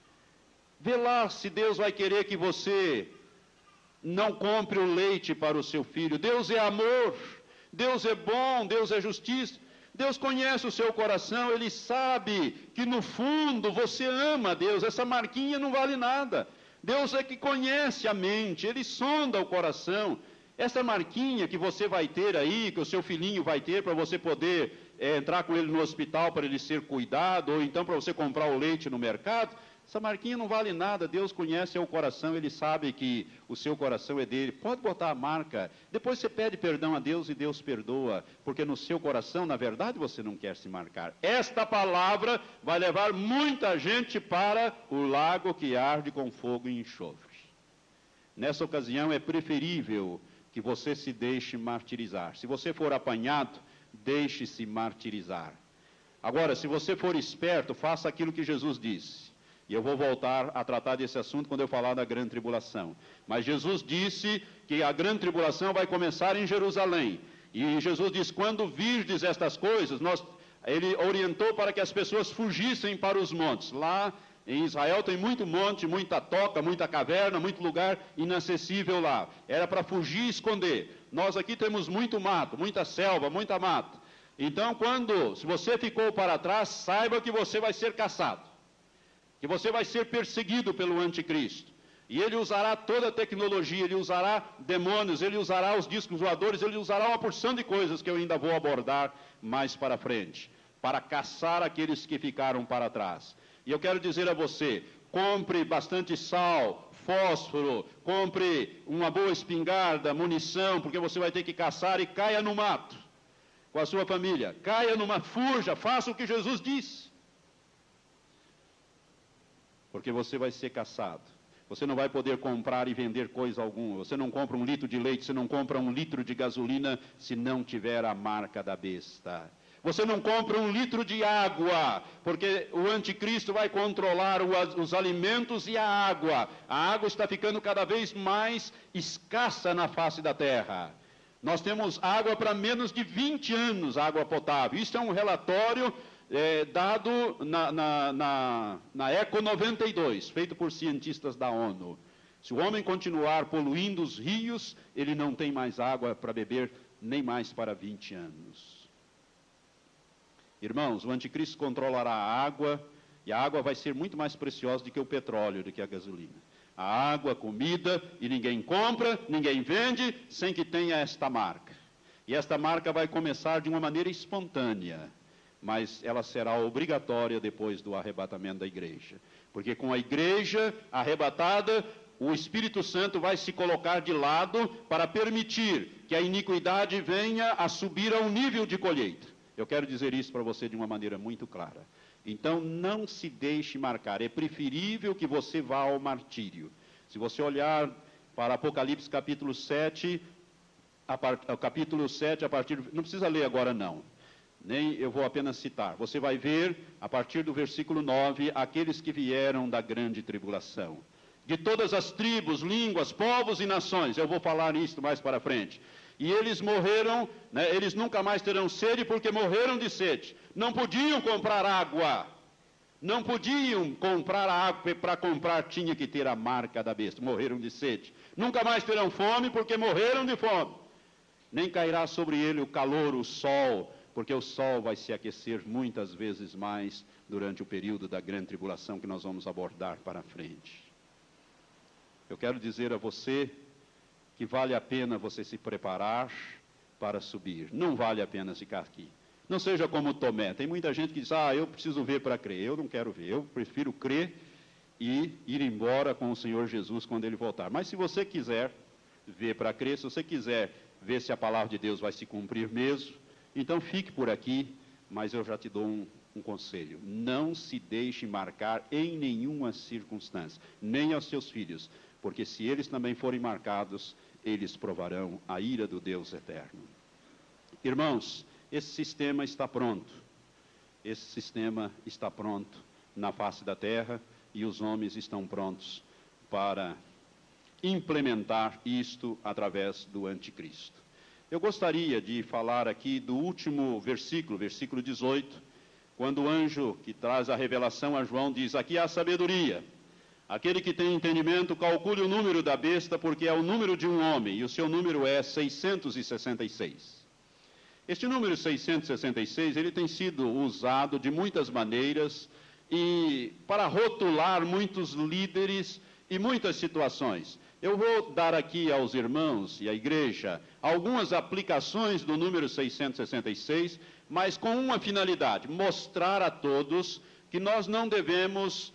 A: Vê lá se Deus vai querer que você não compre o leite para o seu filho. Deus é amor, Deus é bom, Deus é justiça. Deus conhece o seu coração, Ele sabe que no fundo você ama Deus. Essa marquinha não vale nada. Deus é que conhece a mente, Ele sonda o coração. Essa marquinha que você vai ter aí, que o seu filhinho vai ter para você poder é, entrar com ele no hospital para ele ser cuidado, ou então para você comprar o leite no mercado, essa marquinha não vale nada. Deus conhece o coração, Ele sabe que o seu coração é dele. Pode botar a marca, depois você pede perdão a Deus e Deus perdoa, porque no seu coração, na verdade, você não quer se marcar. Esta palavra vai levar muita gente para o lago que arde com fogo e enxofre. Nessa ocasião é preferível que você se deixe martirizar. Se você for apanhado, deixe-se martirizar. Agora, se você for esperto, faça aquilo que Jesus disse. E eu vou voltar a tratar desse assunto quando eu falar da grande tribulação. Mas Jesus disse que a grande tribulação vai começar em Jerusalém. E Jesus diz: quando virdes estas coisas, nós, ele orientou para que as pessoas fugissem para os montes. Lá em Israel tem muito monte, muita toca, muita caverna, muito lugar inacessível lá. Era para fugir e esconder. Nós aqui temos muito mato, muita selva, muita mata. Então, quando, se você ficou para trás, saiba que você vai ser caçado, que você vai ser perseguido pelo anticristo. E ele usará toda a tecnologia, ele usará demônios, ele usará os discos voadores, ele usará uma porção de coisas que eu ainda vou abordar mais para frente, para caçar aqueles que ficaram para trás. E eu quero dizer a você: compre bastante sal, fósforo, compre uma boa espingarda, munição, porque você vai ter que caçar, e caia no mato com a sua família, caia numa fuja, faça o que Jesus disse. porque você vai ser caçado. Você não vai poder comprar e vender coisa alguma. Você não compra um litro de leite, você não compra um litro de gasolina se não tiver a marca da besta. Você não compra um litro de água, porque o anticristo vai controlar os alimentos e a água. A água está ficando cada vez mais escassa na face da terra. Nós temos água para menos de vinte anos, água potável. Isso é um relatório é, dado na, na, na, na Eco noventa e dois, feito por cientistas da ONU. Se o homem continuar poluindo os rios, ele não tem mais água para beber, nem mais para vinte anos. Irmãos, o anticristo controlará a água, e a água vai ser muito mais preciosa do que o petróleo, do que a gasolina. A água, a comida, e ninguém compra, ninguém vende, sem que tenha esta marca. E esta marca vai começar de uma maneira espontânea, mas ela será obrigatória depois do arrebatamento da igreja. Porque com a igreja arrebatada, o Espírito Santo vai se colocar de lado para permitir que a iniquidade venha a subir ao nível de colheita. Eu quero dizer isso para você de uma maneira muito clara. Então, não se deixe marcar. É preferível que você vá ao martírio. Se você olhar para Apocalipse capítulo sete, a part... capítulo sete, a partir... Não precisa ler agora, não. Nem eu vou apenas citar. Você vai ver, a partir do versículo nove, aqueles que vieram da grande tribulação. De todas as tribos, línguas, povos e nações. Eu vou falar isso mais para frente. E eles morreram, né, eles nunca mais terão sede porque morreram de sede. Não podiam comprar água. Não podiam comprar água, para comprar tinha que ter a marca da besta. Morreram de sede. Nunca mais terão fome porque morreram de fome. Nem cairá sobre ele o calor, o sol, porque o sol vai se aquecer muitas vezes mais durante o período da grande tribulação que nós vamos abordar para frente. Eu quero dizer a você que vale a pena você se preparar para subir. Não vale a pena ficar aqui. Não seja como Tomé. Tem muita gente que diz, ah, eu preciso ver para crer. Eu não quero ver. Eu prefiro crer e ir embora com o Senhor Jesus quando Ele voltar. Mas se você quiser ver para crer, se você quiser ver se a palavra de Deus vai se cumprir mesmo, então fique por aqui, mas eu já te dou um, um conselho. Não se deixe marcar em nenhuma circunstância, nem aos seus filhos, porque se eles também forem marcados, eles provarão a ira do Deus eterno. Irmãos, esse sistema está pronto. Esse sistema está pronto na face da terra e os homens estão prontos para implementar isto através do anticristo. Eu gostaria de falar aqui do último versículo, versículo dezoito, quando o anjo que traz a revelação a João diz, aqui há sabedoria. Aquele que tem entendimento, calcule o número da besta, porque é o número de um homem, e o seu número é seiscentos e sessenta e seis. Este número seiscentos e sessenta e seis, ele tem sido usado de muitas maneiras, e para rotular muitos líderes e muitas situações. Eu vou dar aqui aos irmãos e à igreja algumas aplicações do número seiscentos e sessenta e seis, mas com uma finalidade, mostrar a todos que nós não devemos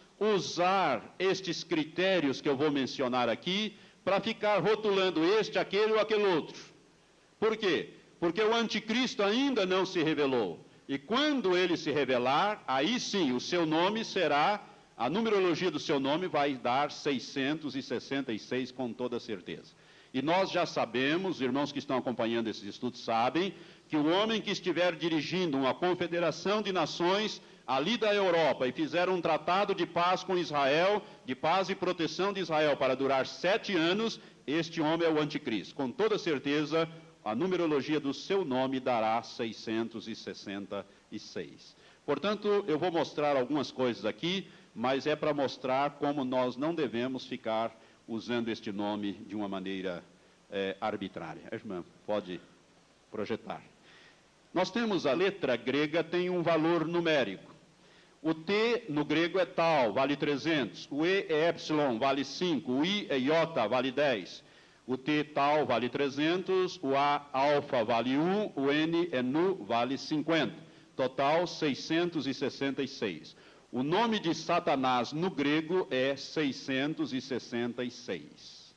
A: usar estes critérios que eu vou mencionar aqui para ficar rotulando este, aquele ou aquele outro. Por quê? Porque o anticristo ainda não se revelou. E quando ele se revelar, aí sim o seu nome será, a numerologia do seu nome vai dar seiscentos e sessenta e seis com toda certeza. E nós já sabemos, os irmãos que estão acompanhando esses estudos sabem, que o homem que estiver dirigindo uma confederação de nações ali da Europa e fizer um tratado de paz com Israel, de paz e proteção de Israel para durar sete anos, este homem é o anticristo. Com toda certeza, a numerologia do seu nome dará seiscentos e sessenta e seis. Portanto, eu vou mostrar algumas coisas aqui, mas é para mostrar como nós não devemos ficar usando este nome de uma maneira é, arbitrária. Irmã, pode projetar. Nós temos a letra grega, tem um valor numérico. O T no grego é tal, vale trezentos. O E é epsilon, vale cinco. O I é iota, vale dez. O T tal vale trezentos. O A alfa vale um. O N é nu, vale cinquenta. Total seiscentos e sessenta e seis. O nome de Satanás no grego é seiscentos e sessenta e seis.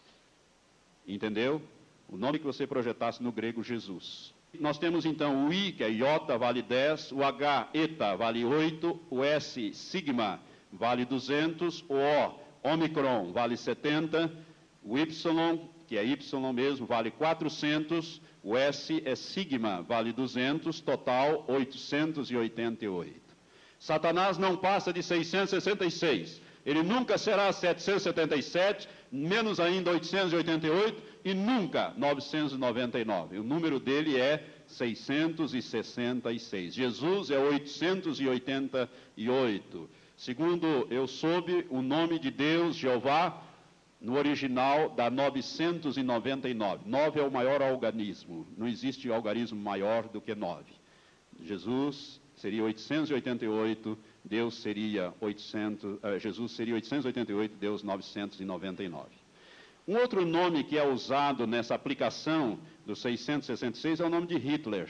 A: Entendeu? O nome que você projetasse no grego, Jesus. Nós temos então o I, que é iota, vale dez, o H, eta, vale oito, o S, sigma, vale duzentos, o O, Omicron, vale setenta, o Y, que é Y mesmo, vale quatrocentos, o S é Sigma, vale duzentos, total oitocentos e oitenta e oito. Satanás não passa de seiscentos e sessenta e seis, ele nunca será setecentos e setenta e sete, menos ainda oitocentos e oitenta e oito e nunca novecentos e noventa e nove. O número dele é seiscentos e sessenta e seis. Jesus é oitocentos e oitenta e oito. Segundo eu soube, o nome de Deus, Jeová, no original dá novecentos e noventa e nove. nove é o maior algarismo. Não existe algarismo maior do que nove. Jesus seria oitocentos e oitenta e oito, Deus seria oitocentos, uh, Jesus seria oitocentos e oitenta e oito, Deus novecentos e noventa e nove. Um outro nome que é usado nessa aplicação do seiscentos e sessenta e seis é o nome de Hitler.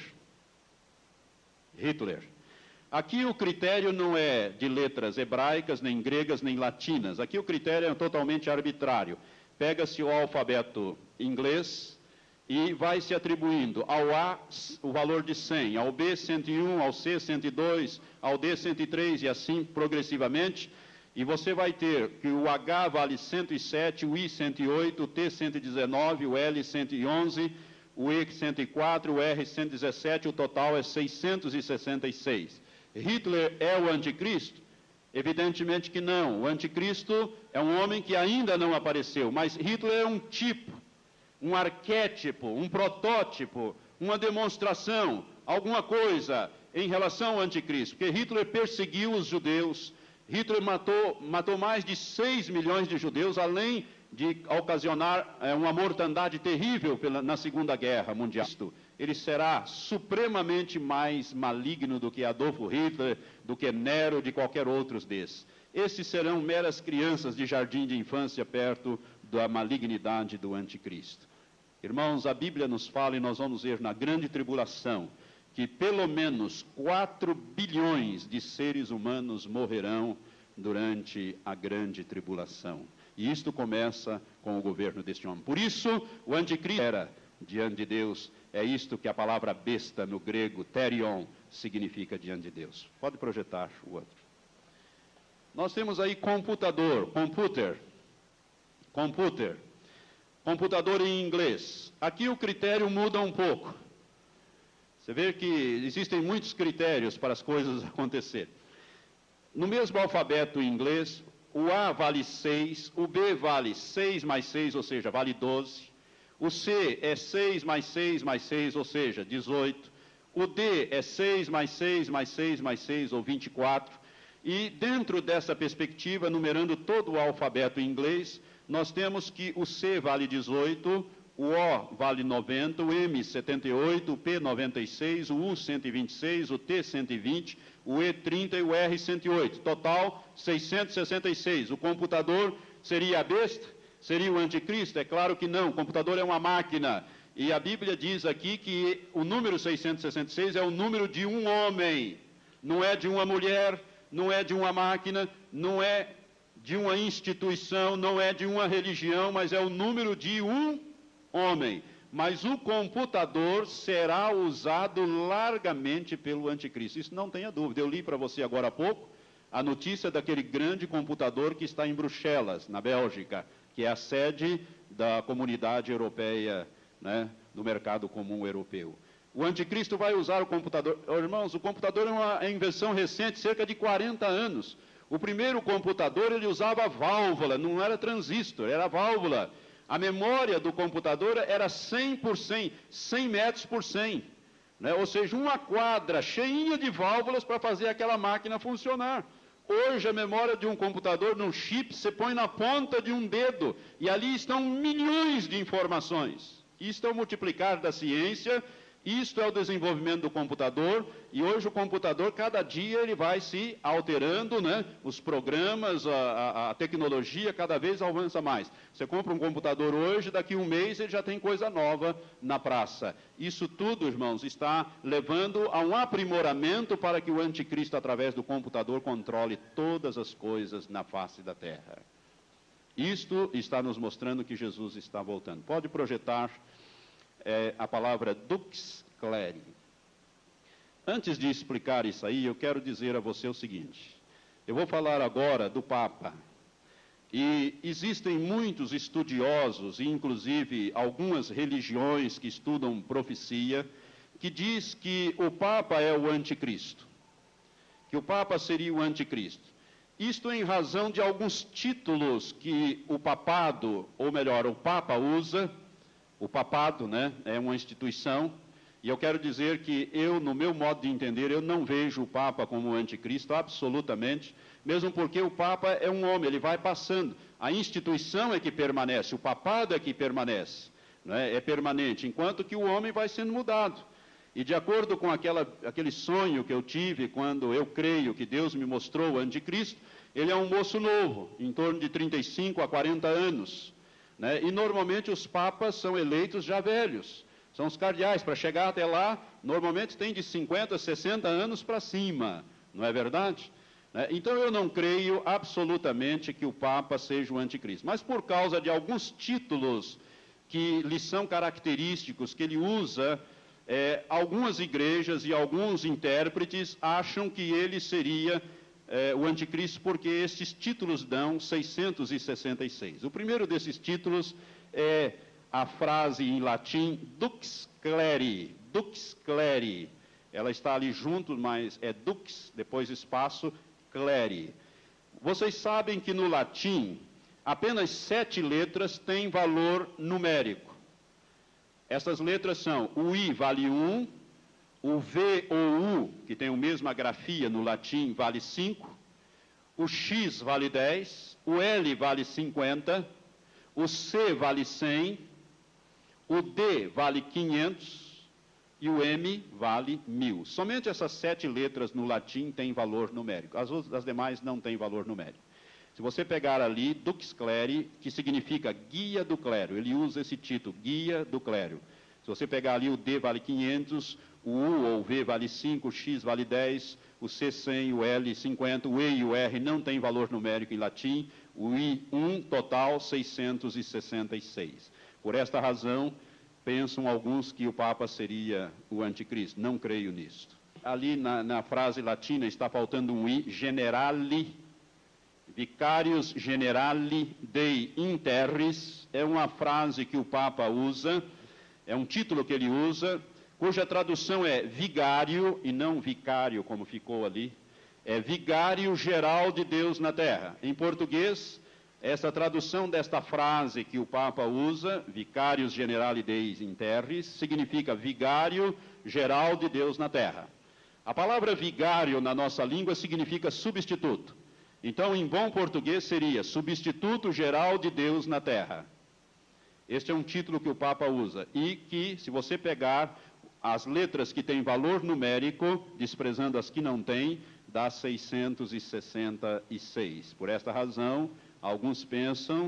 A: Hitler. Aqui o critério não é de letras hebraicas, nem gregas, nem latinas. Aqui o critério é totalmente arbitrário. Pega-se o alfabeto inglês e vai se atribuindo ao A o valor de cem, ao B cento e um, ao C cento e dois, ao D cento e três e assim progressivamente. E você vai ter que o H vale cento e sete, o I cento e oito, o T cento e dezenove, o L cento e onze, o E cento e quatro, o R cento e dezessete, o total é seiscentos e sessenta e seis. Hitler é o anticristo? Evidentemente que não. O anticristo é um homem que ainda não apareceu, mas Hitler é um tipo, um arquétipo, um protótipo, uma demonstração, alguma coisa em relação ao anticristo, porque Hitler perseguiu os judeus, Hitler matou, matou mais de seis milhões de judeus, além de ocasionar é, uma mortandade terrível pela, na Segunda Guerra Mundial. Ele será supremamente mais maligno do que Adolfo Hitler, do que Nero, de qualquer outro desses. Esses serão meras crianças de jardim de infância perto da malignidade do anticristo. Irmãos, a Bíblia nos fala, e nós vamos ver na grande tribulação, que pelo menos quatro bilhões de seres humanos morrerão durante a grande tribulação. E isto começa com o governo deste homem. Por isso, o anticristo era diante de Deus. É isto que a palavra besta no grego, terion, significa diante de Deus. Pode projetar o outro. Nós temos aí computador, computer, computer, computador em inglês. Aqui o critério muda um pouco. Você vê que existem muitos critérios para as coisas acontecerem. No mesmo alfabeto em inglês, o A vale seis, o B vale seis mais seis, ou seja, vale doze. O C é seis mais seis mais seis, ou seja, dezoito. O D é seis mais seis mais seis mais seis, ou vinte e quatro. E dentro dessa perspectiva, numerando todo o alfabeto em inglês, nós temos que o C vale dezoito, o O vale noventa, o M setenta e oito, o P noventa e seis, o U cento e vinte e seis, o T cento e vinte, o E trinta e o R cento e oito. Total, seiscentos e sessenta e seis. O computador seria a besta? Seria o anticristo? É claro que não. O computador é uma máquina. E a Bíblia diz aqui que o número seiscentos e sessenta e seis é o número de um homem. Não é de uma mulher, não é de uma máquina, não é de uma instituição, não é de uma religião, mas é o número de um homem. Mas o computador será usado largamente pelo anticristo. Isso não tenha dúvida. Eu li para você agora há pouco a notícia daquele grande computador que está em Bruxelas, na Bélgica, que é a sede da Comunidade Europeia, né, do mercado comum europeu. O anticristo vai usar o computador. Oh, irmãos, o computador é uma invenção recente, cerca de quarenta anos. O primeiro computador, ele usava válvula, não era transistor, era válvula. A memória do computador era cem por cento, cem metros por cem. Né? Ou seja, uma quadra cheinha de válvulas para fazer aquela máquina funcionar. Hoje a memória de um computador, num chip, você põe na ponta de um dedo, e ali estão milhões de informações. Isto é o multiplicar da ciência, isto é o desenvolvimento do computador, e hoje o computador, cada dia, ele vai se alterando, né? Os programas, a, a, a tecnologia cada vez avança mais. Você compra um computador hoje, daqui a um mês ele já tem coisa nova na praça. Isso tudo, irmãos, está levando a um aprimoramento para que o anticristo, através do computador, controle todas as coisas na face da terra. Isto está nos mostrando que Jesus está voltando. Pode projetar é, a palavra dux cleri. Antes de explicar isso aí, eu quero dizer a você o seguinte. Eu vou falar agora do Papa. E existem muitos estudiosos, e inclusive algumas religiões que estudam profecia, que diz que o Papa é o anticristo, que o Papa seria o anticristo. Isto em razão de alguns títulos que o papado, ou melhor, o Papa usa. O papado, né, é uma instituição, e eu quero dizer que eu, no meu modo de entender, eu não vejo o Papa como o anticristo, absolutamente, mesmo porque o Papa é um homem, ele vai passando. A instituição é que permanece, o papado é que permanece, né, é permanente, enquanto que o homem vai sendo mudado. E de acordo com aquela, aquele sonho que eu tive, quando eu creio que Deus me mostrou o anticristo, ele é um moço novo, em torno de trinta e cinco a quarenta anos, né? E normalmente os papas são eleitos já velhos, são os cardeais. Para chegar até lá, normalmente tem de cinquenta, sessenta anos para cima, não é verdade? Né? Então eu não creio absolutamente que o Papa seja o anticristo, mas por causa de alguns títulos que lhe são característicos, que ele usa, é, algumas igrejas e alguns intérpretes acham que ele seria É, o anticristo, porque estes títulos dão seiscentos e sessenta e seis. O primeiro desses títulos é a frase em latim dux cleri, dux cleri. Ela está ali junto, mas é dux, depois espaço, cleri. Vocês sabem que no latim, apenas sete letras têm valor numérico. Essas letras são: o I vale um, o V ou U, que tem a mesma grafia no latim, vale cinco, o X vale dez, o L vale cinquenta, o C vale cem, o D vale quinhentos e o M vale mil. Somente essas sete letras no latim têm valor numérico, as, outras, as demais não têm valor numérico. Se você pegar ali, Dux Cleri, que significa guia do clero, ele usa esse título, guia do clero. Se você pegar ali, o D vale quinhentos, o U ou o V vale cinco, o X vale dez, o C cem, o L cinquenta, o E e o R não tem valor numérico em latim, o I um total seiscentos e sessenta e seis. Por esta razão, pensam alguns que o Papa seria o anticristo. Não creio nisto. Ali na, na frase latina está faltando um I, generali, vicarius generali dei interris, é uma frase que o Papa usa, é um título que ele usa, cuja tradução é vigário, e não vicário, como ficou ali, é vigário geral de Deus na terra. Em português, essa tradução desta frase que o Papa usa, vicarius generali Dei in terris, significa vigário geral de Deus na terra. A palavra vigário na nossa língua significa substituto. Então, em bom português, seria substituto geral de Deus na terra. Este é um título que o Papa usa, e que, se você pegar as letras que têm valor numérico, desprezando as que não têm, dá seiscentos e sessenta e seis. Por esta razão, alguns pensam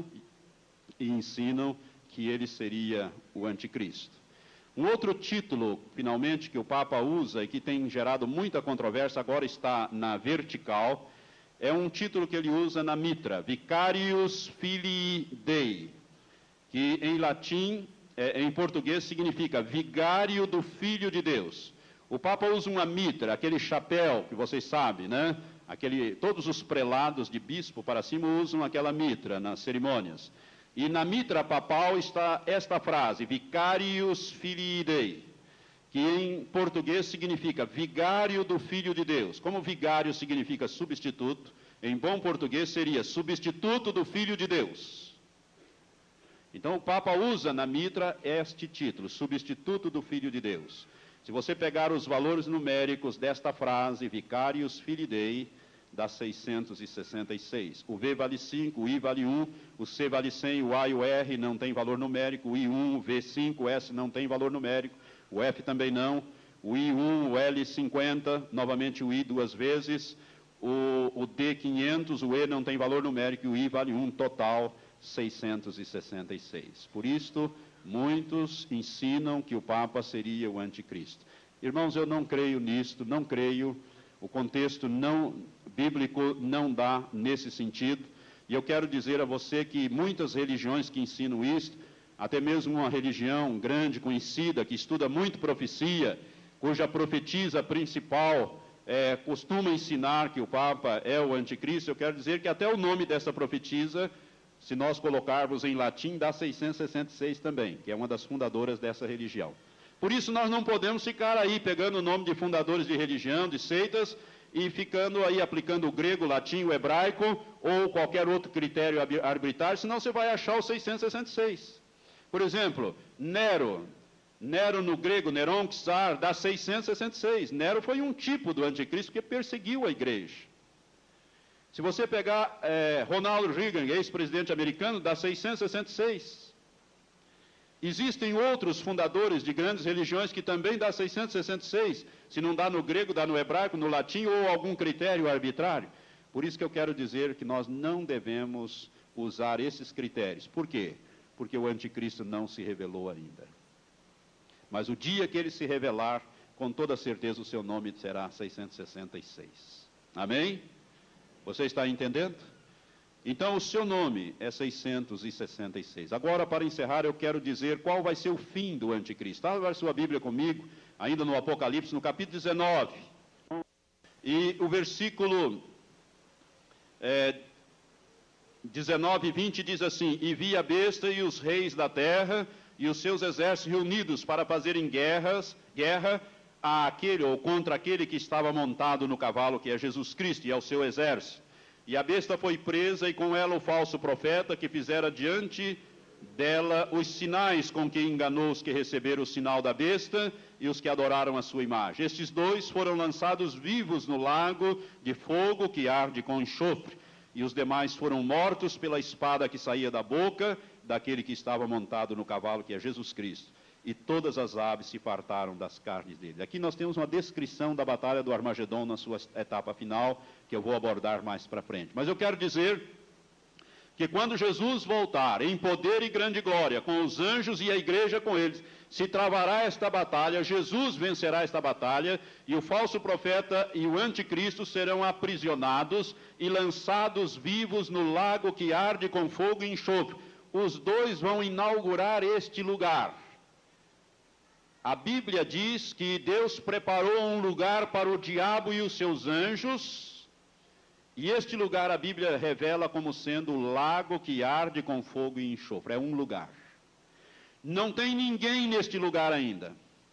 A: e ensinam que ele seria o anticristo. Um outro título, finalmente, que o Papa usa e que tem gerado muita controvérsia, agora está na vertical, é um título que ele usa na mitra, Vicarius Filii Dei, que em latim, é, em português, significa vigário do Filho de Deus. O Papa usa uma mitra, aquele chapéu que vocês sabem, né? Aquele, todos os prelados de bispo para cima usam aquela mitra nas cerimônias. E na mitra papal está esta frase, Vicarius Filii Dei, que em português significa vigário do Filho de Deus. Como vigário significa substituto, em bom português seria substituto do Filho de Deus. Então o Papa usa na mitra este título, substituto do Filho de Deus. Se você pegar os valores numéricos desta frase, Vicarius Filii Dei, dá seiscentos e sessenta e seis. O V vale cinco, o I vale um, o C vale cem, o A e o R não tem valor numérico, o I um, o V cinco, o S não tem valor numérico, o F também não, o I um, o L cinquenta, novamente o I duas vezes, o, o D quinhentos, o E não tem valor numérico e o I vale um, total seiscentos e sessenta e seis. Por isto, muitos ensinam que o Papa seria o anticristo. Irmãos, eu não creio nisto, não creio, o contexto não, bíblico não dá nesse sentido, e eu quero dizer a você que muitas religiões que ensinam isto, até mesmo uma religião grande, conhecida, que estuda muito profecia, cuja profetisa principal é, costuma ensinar que o Papa é o anticristo, eu quero dizer que até o nome dessa profetisa, se nós colocarmos em latim, dá seiscentos e sessenta e seis também, que é uma das fundadoras dessa religião. Por isso nós não podemos ficar aí pegando o nome de fundadores de religião, de seitas, e ficando aí aplicando o grego, o latim, o hebraico, ou qualquer outro critério arbitrário, senão você vai achar o seiscentos e sessenta e seis. Por exemplo, Nero, Nero no grego, Neron, Czar, dá seiscentos e sessenta e seis. Nero foi um tipo do anticristo que perseguiu a igreja. Se você pegar é, Ronald Reagan, ex-presidente americano, dá seiscentos e sessenta e seis. Existem outros fundadores de grandes religiões que também dá seiscentos e sessenta e seis. Se não dá no grego, dá no hebraico, no latim ou algum critério arbitrário. Por isso que eu quero dizer que nós não devemos usar esses critérios. Por quê? Porque o anticristo não se revelou ainda. Mas o dia que ele se revelar, com toda certeza o seu nome será seiscentos e sessenta e seis. Amém? Você está entendendo? Então, o seu nome é seiscentos e sessenta e seis. Agora, para encerrar, eu quero dizer qual vai ser o fim do anticristo. Abra sua Bíblia comigo, ainda no Apocalipse, no capítulo dezenove. E o versículo é, dezenove e vinte diz assim: E vi a besta e os reis da terra e os seus exércitos reunidos para fazerem guerras, guerra àquele ou contra aquele que estava montado no cavalo, que é Jesus Cristo, e ao seu exército. E a besta foi presa, e com ela o falso profeta, que fizera diante dela os sinais com que enganou os que receberam o sinal da besta e os que adoraram a sua imagem. Estes dois foram lançados vivos no lago de fogo que arde com enxofre, e os demais foram mortos pela espada que saía da boca daquele que estava montado no cavalo, que é Jesus Cristo. E todas as aves se fartaram das carnes dele. Aqui nós temos uma descrição da batalha do Armagedon na sua etapa final, que eu vou abordar mais para frente. Mas eu quero dizer que quando Jesus voltar em poder e grande glória, com os anjos e a igreja com eles, se travará esta batalha, Jesus vencerá esta batalha, e o falso profeta e o anticristo serão aprisionados e lançados vivos no lago que arde com fogo e enxofre. Os dois vão inaugurar este lugar. A Bíblia diz que Deus preparou um lugar para o diabo e os seus anjos, e este lugar a Bíblia revela como sendo o lago que arde com fogo e enxofre. É um lugar. Não tem ninguém neste lugar ainda.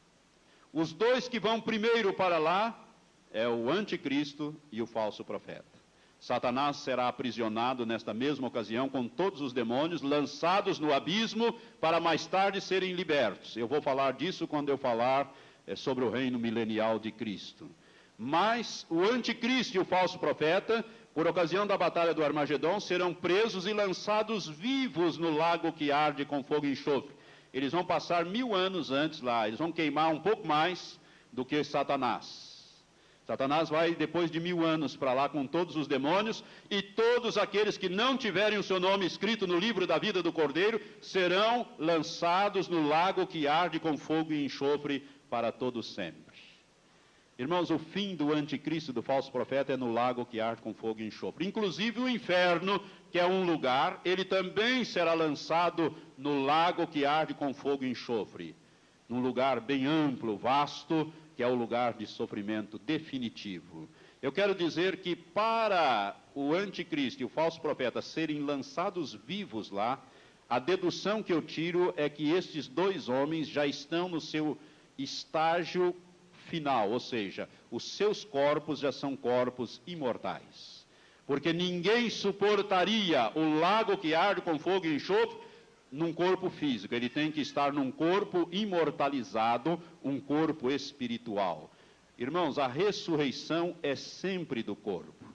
A: Os dois que vão primeiro para lá é o anticristo e o falso profeta. Satanás será aprisionado nesta mesma ocasião com todos os demônios, lançados no abismo para mais tarde serem libertos. Eu vou falar disso quando eu falar é, sobre o reino milenial de Cristo. Mas o anticristo e o falso profeta, por ocasião da batalha do Armagedon, serão presos e lançados vivos no lago que arde com fogo e enxofre. Eles vão passar mil anos antes lá, eles vão queimar um pouco mais do que Satanás. Satanás vai depois de mil anos para lá com todos os demônios, e todos aqueles que não tiverem o seu nome escrito no livro da vida do Cordeiro serão lançados no lago que arde com fogo e enxofre para todo sempre. Irmãos, o fim do anticristo e do falso profeta é no lago que arde com fogo e enxofre. Inclusive o inferno, que é um lugar, ele também será lançado no lago que arde com fogo e enxofre. Num lugar bem amplo, vasto, que é o lugar de sofrimento definitivo. Eu quero dizer que para o anticristo e o falso profeta serem lançados vivos lá, a dedução que eu tiro é que estes dois homens já estão no seu estágio final, ou seja, os seus corpos já são corpos imortais. Porque ninguém suportaria o lago que arde com fogo e enxofre num corpo físico. Ele tem que estar num corpo imortalizado, um corpo espiritual. Irmãos, a ressurreição é sempre do corpo.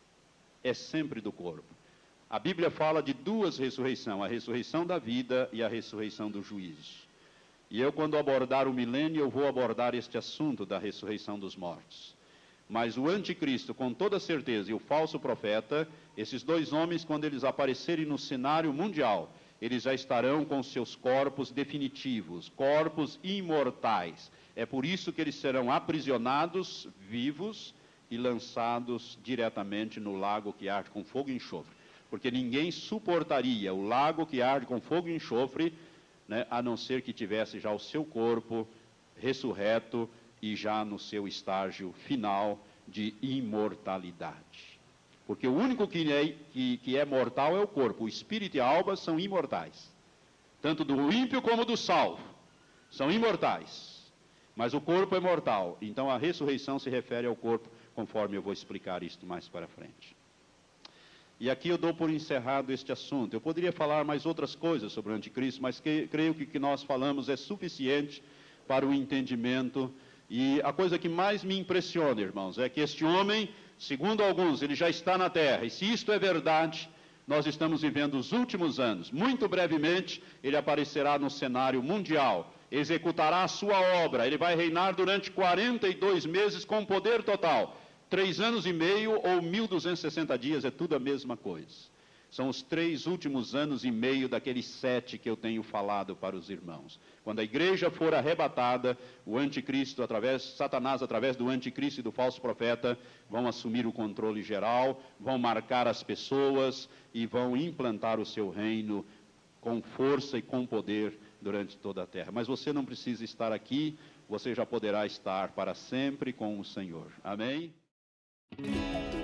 A: É sempre do corpo. A Bíblia fala de duas ressurreições, a ressurreição da vida e a ressurreição do juízo. E eu, quando abordar o milênio, eu vou abordar este assunto da ressurreição dos mortos. Mas o anticristo, com toda certeza, e o falso profeta, esses dois homens, quando eles aparecerem no cenário mundial, eles já estarão com seus corpos definitivos, corpos imortais. É por isso que eles serão aprisionados, vivos, e lançados diretamente no lago que arde com fogo e enxofre. Porque ninguém suportaria o lago que arde com fogo e enxofre, né, a não ser que tivesse já o seu corpo ressurreto e já no seu estágio final, de imortalidade. Porque o único que é, que, que é mortal é o corpo. O espírito e a alma são imortais. Tanto do ímpio como do salvo. São imortais. Mas o corpo é mortal. Então a ressurreição se refere ao corpo, conforme eu vou explicar isto mais para frente. E aqui eu dou por encerrado este assunto. Eu poderia falar mais outras coisas sobre o anticristo, mas que, creio que o que nós falamos é suficiente para o entendimento. E a coisa que mais me impressiona, irmãos, é que este homem, segundo alguns, ele já está na terra. E se isto é verdade, nós estamos vivendo os últimos anos. Muito brevemente, ele aparecerá no cenário mundial, executará a sua obra. Ele vai reinar durante quarenta e dois meses com poder total. Três anos e meio ou mil duzentos e sessenta dias, é tudo a mesma coisa. São os três últimos anos e meio daqueles sete que eu tenho falado para os irmãos. Quando a igreja for arrebatada, o anticristo, através, Satanás, através do anticristo e do falso profeta, vão assumir o controle geral, vão marcar as pessoas e vão implantar o seu reino com força e com poder durante toda a terra. Mas você não precisa estar aqui, você já poderá estar para sempre com o Senhor. Amém?